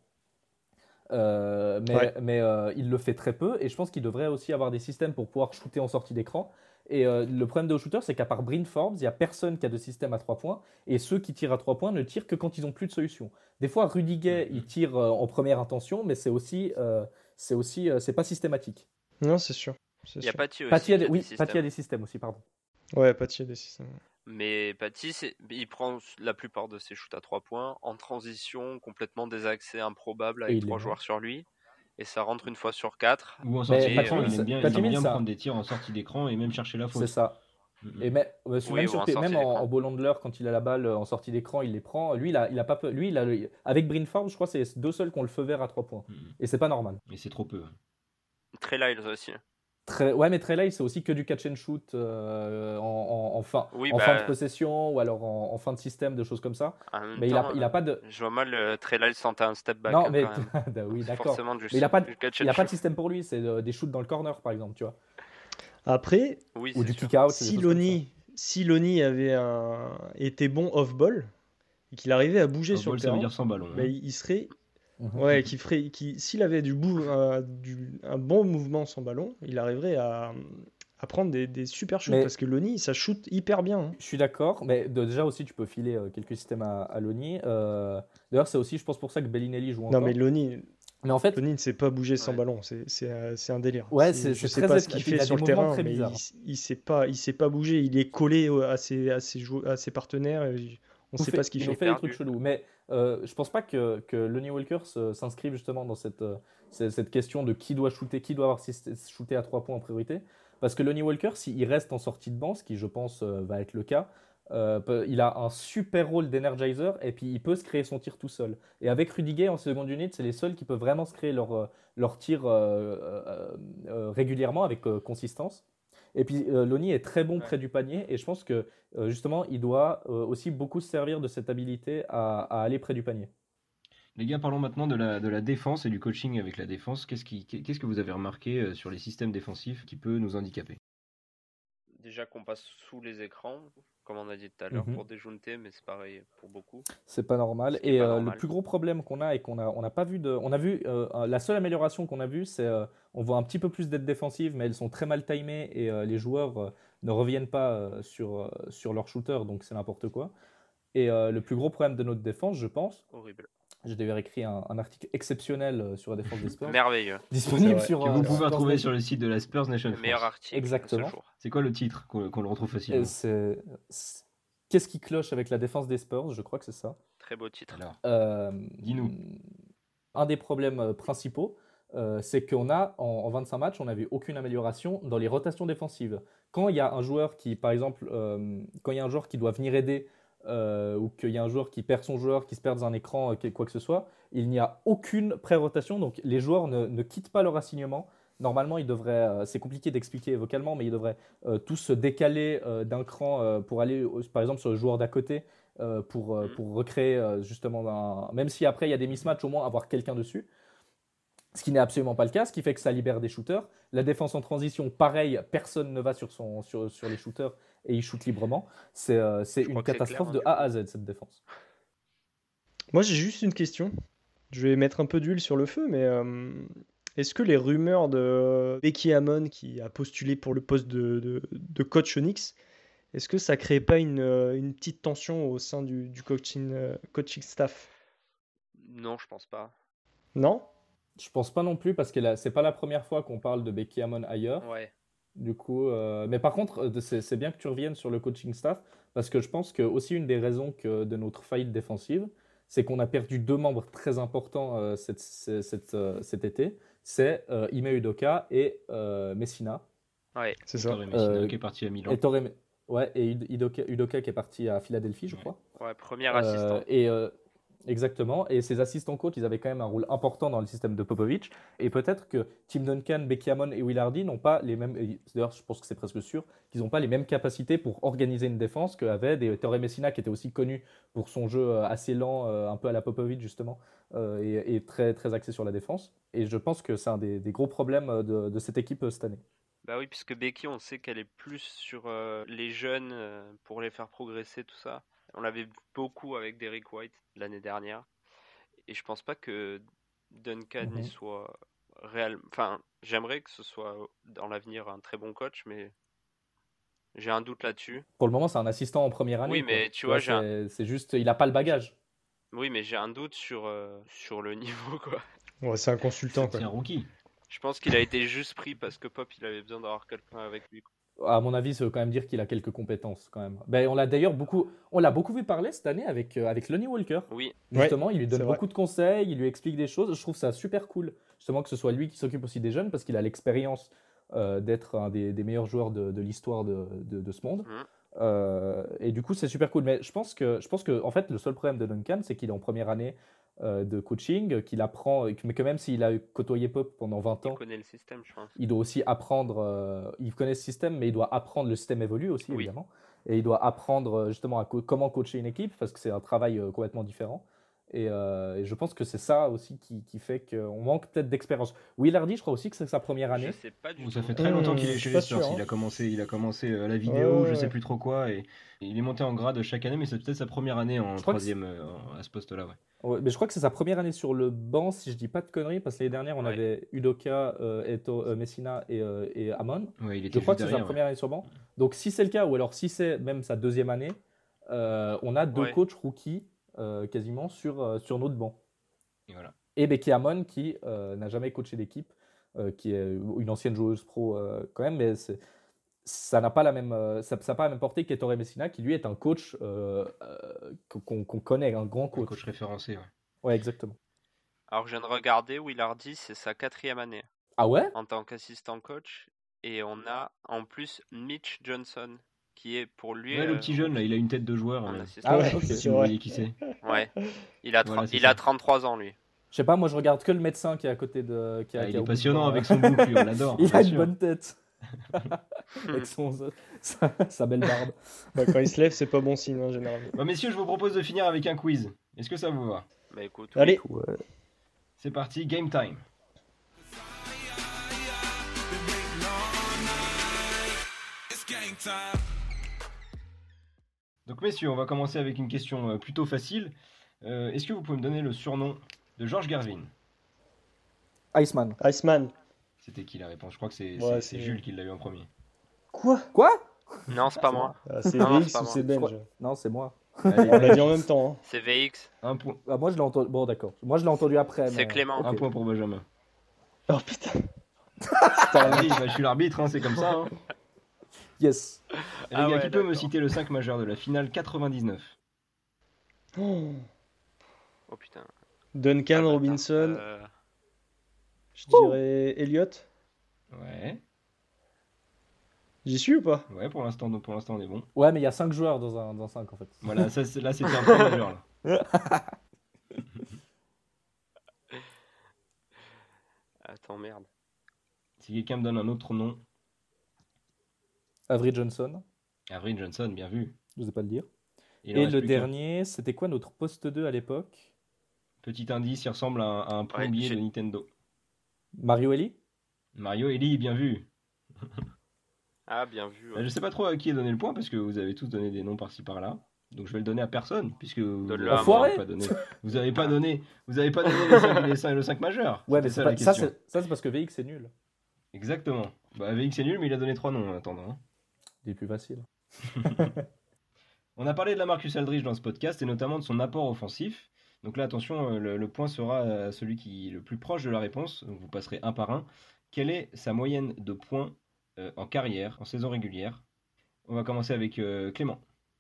Euh, mais ouais. mais euh, il le fait très peu. Et je pense qu'il devrait aussi avoir des systèmes pour pouvoir shooter en sortie d'écran. Et euh, le problème des shooters, c'est qu'à part Bryn Forbes, il n'y a personne qui a de système à trois points. Et ceux qui tirent à trois points ne tirent que quand ils n'ont plus de solution. Des fois, Rudy Gay, il tire euh, en première intention, mais c'est aussi, euh, c'est aussi, euh, c'est pas systématique. Non, c'est sûr. C'est il y a Patty aussi. Patty a des, a oui, Patty a des systèmes aussi, pardon. Ouais, Patty a des systèmes. Mais Patty, c'est... il prend la plupart de ses shoots à trois points en transition, complètement des accès improbables avec trois joueurs sur lui. Et ça rentre une fois sur quatre. Ou en sortie d'écran, euh, il aime bien, il aime bien prendre des tirs en sortie d'écran et même chercher la faute. C'est ça. Mm-hmm. Et même, euh, oui, même, sur, même en, en ball handler, quand il a la balle en sortie d'écran, il les prend. Lui, il a, il a pas peu, lui, il a, avec Bryn Forbes, je crois que c'est deux seuls qui ont le feu vert à trois points. Mm-hmm. Et c'est pas normal. Et c'est trop peu. Trey Lyles aussi. Très, ouais, mais Trey Lyles, c'est aussi que du catch and shoot euh, en, en, en, fin, oui, en bah, fin de possession ou alors en, en fin de système, de choses comme ça. Mais temps, il, a, il a pas de. Je vois mal euh, Trey Lyles tenter un step back. Non, mais quand même. oui, d'accord. Du, mais il n'a pas, il a pas de système pour lui, c'est euh, des shoots dans le corner, par exemple, tu vois. Après, oui, ou du kick-out. Si Lonnie, si Lonnie avait un, été bon off-ball et qu'il arrivait à bouger off sur ball, le ça terrain, veut dire sans ballon. bah, hein. il serait. Mmh. Ouais, qui ferait, qui, s'il avait du, bout, euh, du un bon mouvement sans ballon, il arriverait à, à prendre des, des super shoots mais parce que Lonnie, ça shoot hyper bien. Hein. Je suis d'accord, mais de, déjà aussi, tu peux filer euh, quelques systèmes à, à Lonnie. Euh, d'ailleurs, c'est aussi, je pense, pour ça que Bellinelli joue encore. Non, mais Lonnie, mais en fait, Lonnie ne sait pas bouger sans ouais. ballon, c'est, c'est, c'est un délire. Ouais, c'est, c'est, je c'est sais très pas ce qu'il fait sur le terrain, mais bizarre. il, il sait pas, il sait pas bouger. Il est collé à ses, à ses, jou- à ses partenaires. Et on ne sait fait, pas ce qu'il il fait. Il fait des trucs chelous, mais euh, je pense pas que, que Lonnie Walker s'inscrive justement dans cette, euh, cette question de qui doit shooter, qui doit avoir shooté à trois points en priorité. Parce que Lonnie Walker, s'il reste en sortie de banc, ce qui je pense euh, va être le cas, euh, peut, il a un super rôle d'energizer et puis il peut se créer son tir tout seul. Et avec Rudy Gay en seconde unit, c'est les seuls qui peuvent vraiment se créer leur, leur tir euh, euh, euh, régulièrement avec euh, consistance. Et puis euh, Lonnie est très bon ouais. près du panier et je pense que euh, justement il doit euh, aussi beaucoup se servir de cette habilité à, à aller près du panier. Les gars, parlons maintenant de la, de la défense et du coaching avec la défense. Qu'est-ce, qui, qu'est-ce que vous avez remarqué sur les systèmes défensifs qui peut nous handicaper ? Déjà qu'on passe sous les écrans, comme on a dit tout à l'heure, mm-hmm. pour déjounter, mais c'est pareil pour beaucoup. C'est pas normal. C'est et pas euh, normal. Le plus gros problème qu'on a et qu'on a, on n'a pas vu de, on a vu euh, la seule amélioration qu'on a vue, c'est euh, on voit un petit peu plus d'aide défensive, mais elles sont très mal timées et euh, les joueurs euh, ne reviennent pas euh, sur euh, sur leur shooter, donc c'est n'importe quoi. Et euh, le plus gros problème de notre défense, je pense. Horrible. J'ai d'ailleurs écrit un, un article exceptionnel sur la défense des Spurs. Merveilleux. Disponible sur. Que vous pouvez retrouver sur le site de la Spurs Nation. Le meilleur article. Exactement. De ce jour. C'est quoi le titre qu'on, qu'on le retrouve facilement ? c'est, c'est... Qu'est-ce qui cloche avec la défense des Spurs ? Je crois que c'est ça. Très beau titre. Alors, euh, dis-nous. Un des problèmes principaux, euh, c'est qu'on a en, en vingt-cinq matchs, on n'a vu aucune amélioration dans les rotations défensives. Quand il y a un joueur qui, par exemple, euh, quand il y a un joueur qui doit venir aider. Euh, ou qu'il y a un joueur qui perd son joueur, qui se perd dans un écran, quoi que ce soit, il n'y a aucune pré-rotation, donc les joueurs ne, ne quittent pas leur assignement. Normalement, ils devraient, euh, c'est compliqué d'expliquer vocalement, mais ils devraient euh, tous se décaler euh, d'un cran euh, pour aller, par exemple, sur le joueur d'à côté, euh, pour, euh, pour recréer euh, justement, un... même si après il y a des mismatchs, au moins avoir quelqu'un dessus. Ce qui n'est absolument pas le cas, ce qui fait que ça libère des shooters. La défense en transition, pareil, personne ne va sur, son, sur, sur les shooters et ils shootent librement. C'est, euh, c'est une catastrophe c'est clair, hein, de A à Z, cette défense. Moi, j'ai juste une question. Je vais mettre un peu d'huile sur le feu, mais euh, est-ce que les rumeurs de Becky Hammon, qui a postulé pour le poste de, de, de coach Onyx, est-ce que ça ne crée pas une, une petite tension au sein du, du coaching, euh, coaching staff ? Non, je pense pas. Non ? Je pense pas non plus parce que là, c'est pas la première fois qu'on parle de Becky Hammon ailleurs. Ouais. Du coup, euh, mais par contre, c'est, c'est bien que tu reviennes sur le coaching staff parce que je pense que aussi une des raisons que de notre faillite défensive, c'est qu'on a perdu deux membres très importants euh, cette, cette, cette, euh, cet été. C'est euh, Ime Udoka et euh, Messina. Ouais. C'est ça. Messina euh, qui est parti à Milan. Et Torre... Ouais, et Ud- Udoka, Udoka qui est parti à Philadelphie, je Ouais. crois. Ouais, premier Euh, assistant. et euh, exactement. Et ces assistants coach, ils avaient quand même un rôle important dans le système de Popovich. Et peut-être que Tim Duncan, Becky Hammon et Will Hardy n'ont pas les mêmes. et D'ailleurs, je pense que c'est presque sûr qu'ils n'ont pas les mêmes capacités pour organiser une défense qu'avaient des Torre Messina, qui était aussi connu pour son jeu euh, assez lent, euh, un peu à la Popovich justement, euh, et, et très très axé sur la défense. Et je pense que c'est un des, des gros problèmes euh, de, de cette équipe euh, cette année. Bah oui, puisque Becky, on sait qu'elle est plus sur euh, les jeunes euh, pour les faire progresser, tout ça. On l'avait beaucoup avec Derrick White l'année dernière. Et je pense pas que Duncan y Mhm. soit réel. Enfin, j'aimerais que ce soit dans l'avenir un très bon coach, mais j'ai un doute là-dessus. Pour le moment, c'est un assistant en première année, Oui, quoi. mais tu Tu vois, vois, j'ai un... c'est c'est juste, il n'a pas le bagage. oui, mais j'ai un doute sur, euh, sur le niveau, quoi. Ouais, c'est un consultant, C'est quoi. un rookie. Je pense qu'il a été juste pris parce que Pop, il avait besoin d'avoir quelqu'un avec lui. À mon avis, ça veut quand même dire qu'il a quelques compétences, quand même. Ben, on l'a d'ailleurs beaucoup, on l'a beaucoup vu parler cette année avec, euh, avec Lonnie Walker. Oui, Justement, il lui donne c'est vrai. beaucoup de conseils, il lui explique des choses. Je trouve ça super cool, justement, que ce soit lui qui s'occupe aussi des jeunes, parce qu'il a l'expérience euh, d'être un des, des meilleurs joueurs de, de l'histoire de, de- de ce monde. Mhm. Euh, et du coup, c'est super cool. Mais je pense que, je pense que en fait, le seul problème de Duncan, c'est qu'il est en première année euh, de coaching, qu'il apprend, mais que même s'il a côtoyé Pop pendant vingt il ans, connaît le système, je pense. il doit aussi apprendre, euh, il connaît ce système, mais il doit apprendre, le système évolue aussi, Oui. évidemment, et il doit apprendre euh, justement à co- comment coacher une équipe, parce que c'est un travail euh, complètement différent. Et, euh, et je pense que c'est ça aussi qui, qui fait qu'on manque peut-être d'expérience. Will Hardy, je crois aussi que c'est sa première année. Je sais pas du Bon, ça tout. fait très longtemps qu'il Mmh, est je chez suis les pas Spurs. sûr, hein. Il a commencé, il a commencé euh, à la vidéo, Ouais, je ouais, sais ouais. plus trop quoi, et, et il est monté en grade chaque année, mais c'est peut-être sa première année en Je crois que troisième euh, en- à ce poste-là. Ouais. Ouais, mais je crois que c'est sa première année sur le banc, si je dis pas de conneries, parce que l'année dernière, on Ouais. avait Udoka, euh, Eto, euh, Messina et, euh, et Amon. Ouais, il Je était crois juste que c'est sa derrière. Ouais. première année sur banc. Donc si c'est le cas, ou alors si c'est même sa deuxième année, euh, on a deux Ouais. coachs rookies euh, quasiment sur, euh, sur notre banc. Et voilà. Et Becky Hammon qui euh, n'a jamais coaché d'équipe, euh, qui est une ancienne joueuse pro euh, quand même, mais c'est- ça n'a pas la même, euh, ça, ça a pas la même portée qu'Ettore Messina, qui lui est un coach euh, euh, qu'on qu'on connaît, un grand Un coach. coach référencé. Ouais. Ouais, exactement. Alors, je viens de regarder, Will Hardy, c'est sa quatrième année Ah ouais? en tant qu'assistant coach. Et on a en plus Mitch Johnson, qui est pour lui. Ouais, le euh, petit jeune là, il a une tête de joueur. en euh, assistant. Ah ouais, Ouais, ok. c'est si vous vrai. voyez qui c'est. Ouais. Il a, Voilà, tre- c'est il ça. a trente-trois ans, lui. Je sais pas, moi je regarde que le médecin qui est à côté de. Qui a- Ah, qui il a est au bout de passionnant bras. avec son bouc, lui, on l'adore. Il bien a une sûr. bonne tête. Avec son, sa, sa belle barbe. Ouais, quand il se lève, c'est pas bon signe, hein, généralement. Bon, messieurs, je vous propose de finir avec un quiz. Est-ce que ça vous va? Bah écoute, Allez, Ouais. C'est parti, game time. Donc messieurs, on va commencer avec une question euh, plutôt facile. Euh, Est-ce que vous pouvez me donner le surnom de George Gervin? Iceman. Iceman. C'était qui la réponse? Je crois que c'est c'est- Ouais, c'est c'est- Jules qui l'a eu en premier. Quoi? Quoi? non, c'est pas moi. Ah, c'est Non, non, V X c'est pas ou moi. c'est Je Benj? crois- Non, c'est moi. Allez, On l'a dit en même temps. Hein. C'est V X. un point, Ah, moi je l'ai entendu. Bon, d'accord. Moi je l'ai entendu après. C'est mais- Clément. ok. un point pour Benjamin. Oh putain. Allez, bah, je suis l'arbitre, hein, c'est comme ça. Hein. Yes. Et les Ah gars, ouais, qui peut me d'accord. citer le cinq majeur de la finale quatre-vingt-dix-neuf? Oh. Oh putain. Duncan, Ah, bah, Robinson, euh, je dirais Elliott. Ouais, J'y suis ou pas? ouais, pour l'instant, pour l'instant, on est bon. Ouais, mais il y a cinq joueurs dans un dans cinq en fait. Voilà, ça, c'est- là, c'était un trois majeur. Là. Attends, merde. Si quelqu'un me donne un autre nom, Avery Johnson, Avery Johnson, bien vu. je sais pas le dire. Il en Et reste le plus qu'un. dernier, c'était quoi notre poste deux à l'époque? Petit indice, il ressemble à un, à un plombier j'ai- de Nintendo. Mario Eli? Mario Eli, bien vu. Ah, bien vu. Euh, ouais. Je sais pas trop à qui est donné le point parce que vous avez tous donné des noms par-ci par-là. Donc je vais le donner à personne puisque vous Donne-le n'avez à moi. pas donné. Vous avez pas donné. Vous avez pas donné les cinq, les cinq- le cinq majeur. Ouais, C'était mais ça c'est la pas- ça, question. c'est ça, c'est parce que V X c'est nul. Exactement. Bah V X c'est nul, mais il a donné trois noms en attendant. hein. Il est plus facile. On a parlé de la Marcus Aldridge dans ce podcast et notamment de son apport offensif. Donc là, attention, euh, le, le point sera à celui qui est le plus proche de la réponse. Donc vous passerez un par un. Quelle est sa moyenne de points euh, en carrière, en saison régulière? On va commencer avec euh, Clément.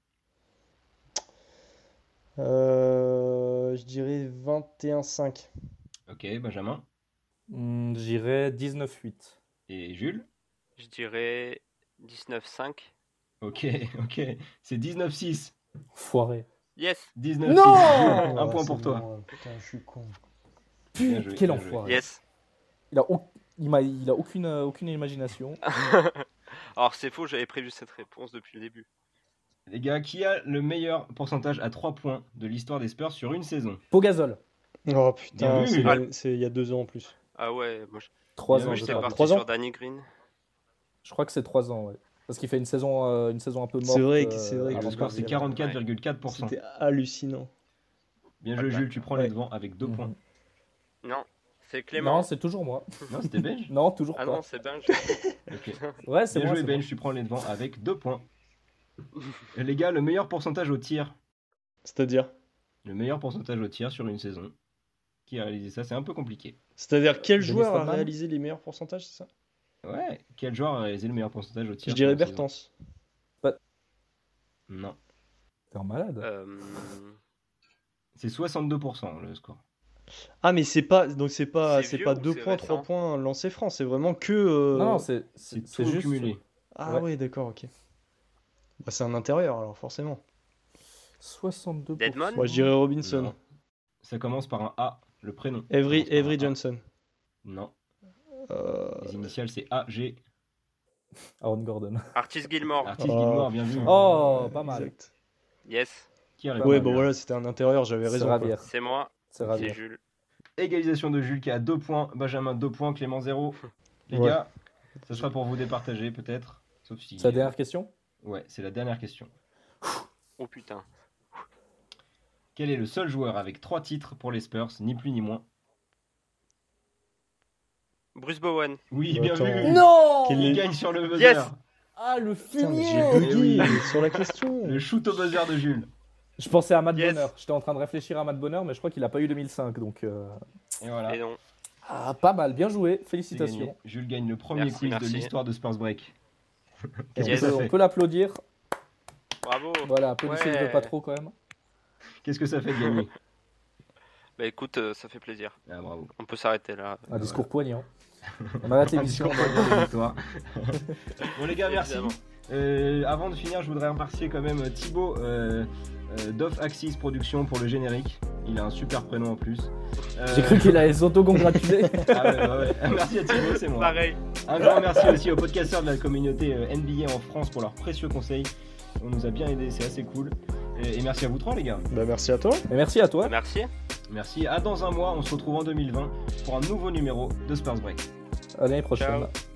Euh, je dirais vingt et un cinq. Ok, Benjamin. Hmm, J'irais dix-neuf huit. Et Jules. Je dirais dix-neuf cinq. Ok, ok. C'est dix-neuf six. Foiré. Yes. dix-neuf six. Non Un Ah, point c'est pour toi. bon, putain, je suis con. Bien Putain, joué, quel bien joué. enfoiré. Yes. Il a, au- il m'a- il a aucune, euh, aucune imagination. Alors c'est faux, j'avais prévu cette réponse depuis le début. Les gars, qui a le meilleur pourcentage à trois points de l'histoire des Spurs sur une saison? Pogazol. Oh putain, Bien vu. c'est Ah. la- c'est il y a deux ans en plus. Ah ouais, moi je- trois Bien ans, vu, je c'est j'étais crois. pas- parti Trois ans sur Danny Green. Je crois que c'est trois ans, ouais. Parce qu'il fait une saison, euh, une saison un peu morte. C'est vrai que- euh, c'est vrai que Alors, avant le score, de c'est revenir. quarante-quatre virgule quatre pour cent. C'était hallucinant. Bien joué, Jules, tu prends les Ouais. devants avec deux Mhm. points. Non, c'est Clément. Non, c'est toujours moi. Non, c'était Benj. Non, toujours Ah pas. non, c'est Benj. Ok. Ouais, c'est Bien moi. joué, c'est Benj, tu prends les devants avec deux points. Et les gars, le meilleur pourcentage au tir. C'est-à-dire Le meilleur pourcentage au tir sur une saison. Qui a réalisé ça? C'est un peu compliqué. C'est-à-dire quel Dennis joueur a Rodman réalisé les meilleurs pourcentages, c'est ça? Ouais. Quel joueur a réalisé le meilleur pourcentage au tir? Je dirais sur une saison? Bertens. Non. T'es un malade. Euh, C'est soixante-deux pour cent le score. Ah mais c'est pas donc c'est pas C'est c'est vieux pas ou deux c'est points, récent trois points lancé franc, c'est vraiment que euh, Non, non, c'est C'est c'est tout c'est juste. cumulé. Ah Ouais. ouais, d'accord, OK. Bah, c'est un intérieur alors forcément. soixante-deux pour cent. Deadman Moi je dirais Robinson. Non. Ça commence par un A, le prénom. Avery Ça commence par Avery un A. Johnson. Non. Euh, Les initiales, c'est A G. Aaron Gordon. Artis Gilmore. Artiste Oh, Gilmore, bien vu. putain. Oh, pas mal. Exact. Yes, Qui a Pas répondu? Ouais, mal, bon bien. voilà, c'était un intérieur, j'avais C'est raison. quoi. Ravière. c'est moi, C'est c'est Ravière. Jules. Égalisation de Jules qui a deux points, Benjamin deux points, Clément zéro. Les Ouais. gars, ça sera pour vous départager peut-être. Sauf si. C'est la dernière question. Ouais, c'est la dernière question. Oh putain. Quel est le seul joueur avec trois titres pour les Spurs, ni plus ni moins? Bruce Bowen. Oui, Bah, bien attends. vu. Non Quel Il est- gagne sur le buzzer. Yes. Ah, le Putain, mais fumier. j'ai bugué Eh oui. sur la question. Le shoot au buzzer de Jules. Je pensais à Matt Yes. Bonner. J'étais en train de réfléchir à Matt Bonner, mais je crois qu'il a pas eu deux mille cinq, donc. euh, Et voilà. Et non. Ah, pas mal, bien joué, C'est gagné. félicitations. Jules gagne le premier Merci, quiz merci. de l'histoire de Spurs Break. Et Qu'est-ce on que ça peut- fait on peut l'applaudir. Bravo. Voilà, applaudissez Ouais. le pas trop quand même. Qu'est-ce que ça fait de gagner? Bah écoute, euh, ça fait plaisir. Ah, bravo. On peut s'arrêter là. Un discours poignant. On arrête Un l'émission. discours pour la victoire. Bon les gars, merci. Évidemment. Euh, avant de finir, je voudrais remercier quand même Thibaut euh, euh, d'Off Axis Production pour le générique. Il a un super prénom en plus. Euh, J'ai cru qu'il allait s'auto-congratuler. Ah ouais, ouais, ouais. Merci à Thibaut, c'est moi. Pareil. Un grand merci aussi aux podcasteurs de la communauté euh, N B A en France pour leurs précieux conseils. On nous a bien aidés, c'est assez cool. Et, et merci à vous trois les gars. Bah merci à toi. Et merci à toi. Merci. Merci. À dans un mois, on se retrouve en deux mille vingt pour un nouveau numéro de Spurs Break. À l'année prochaine. Ciao.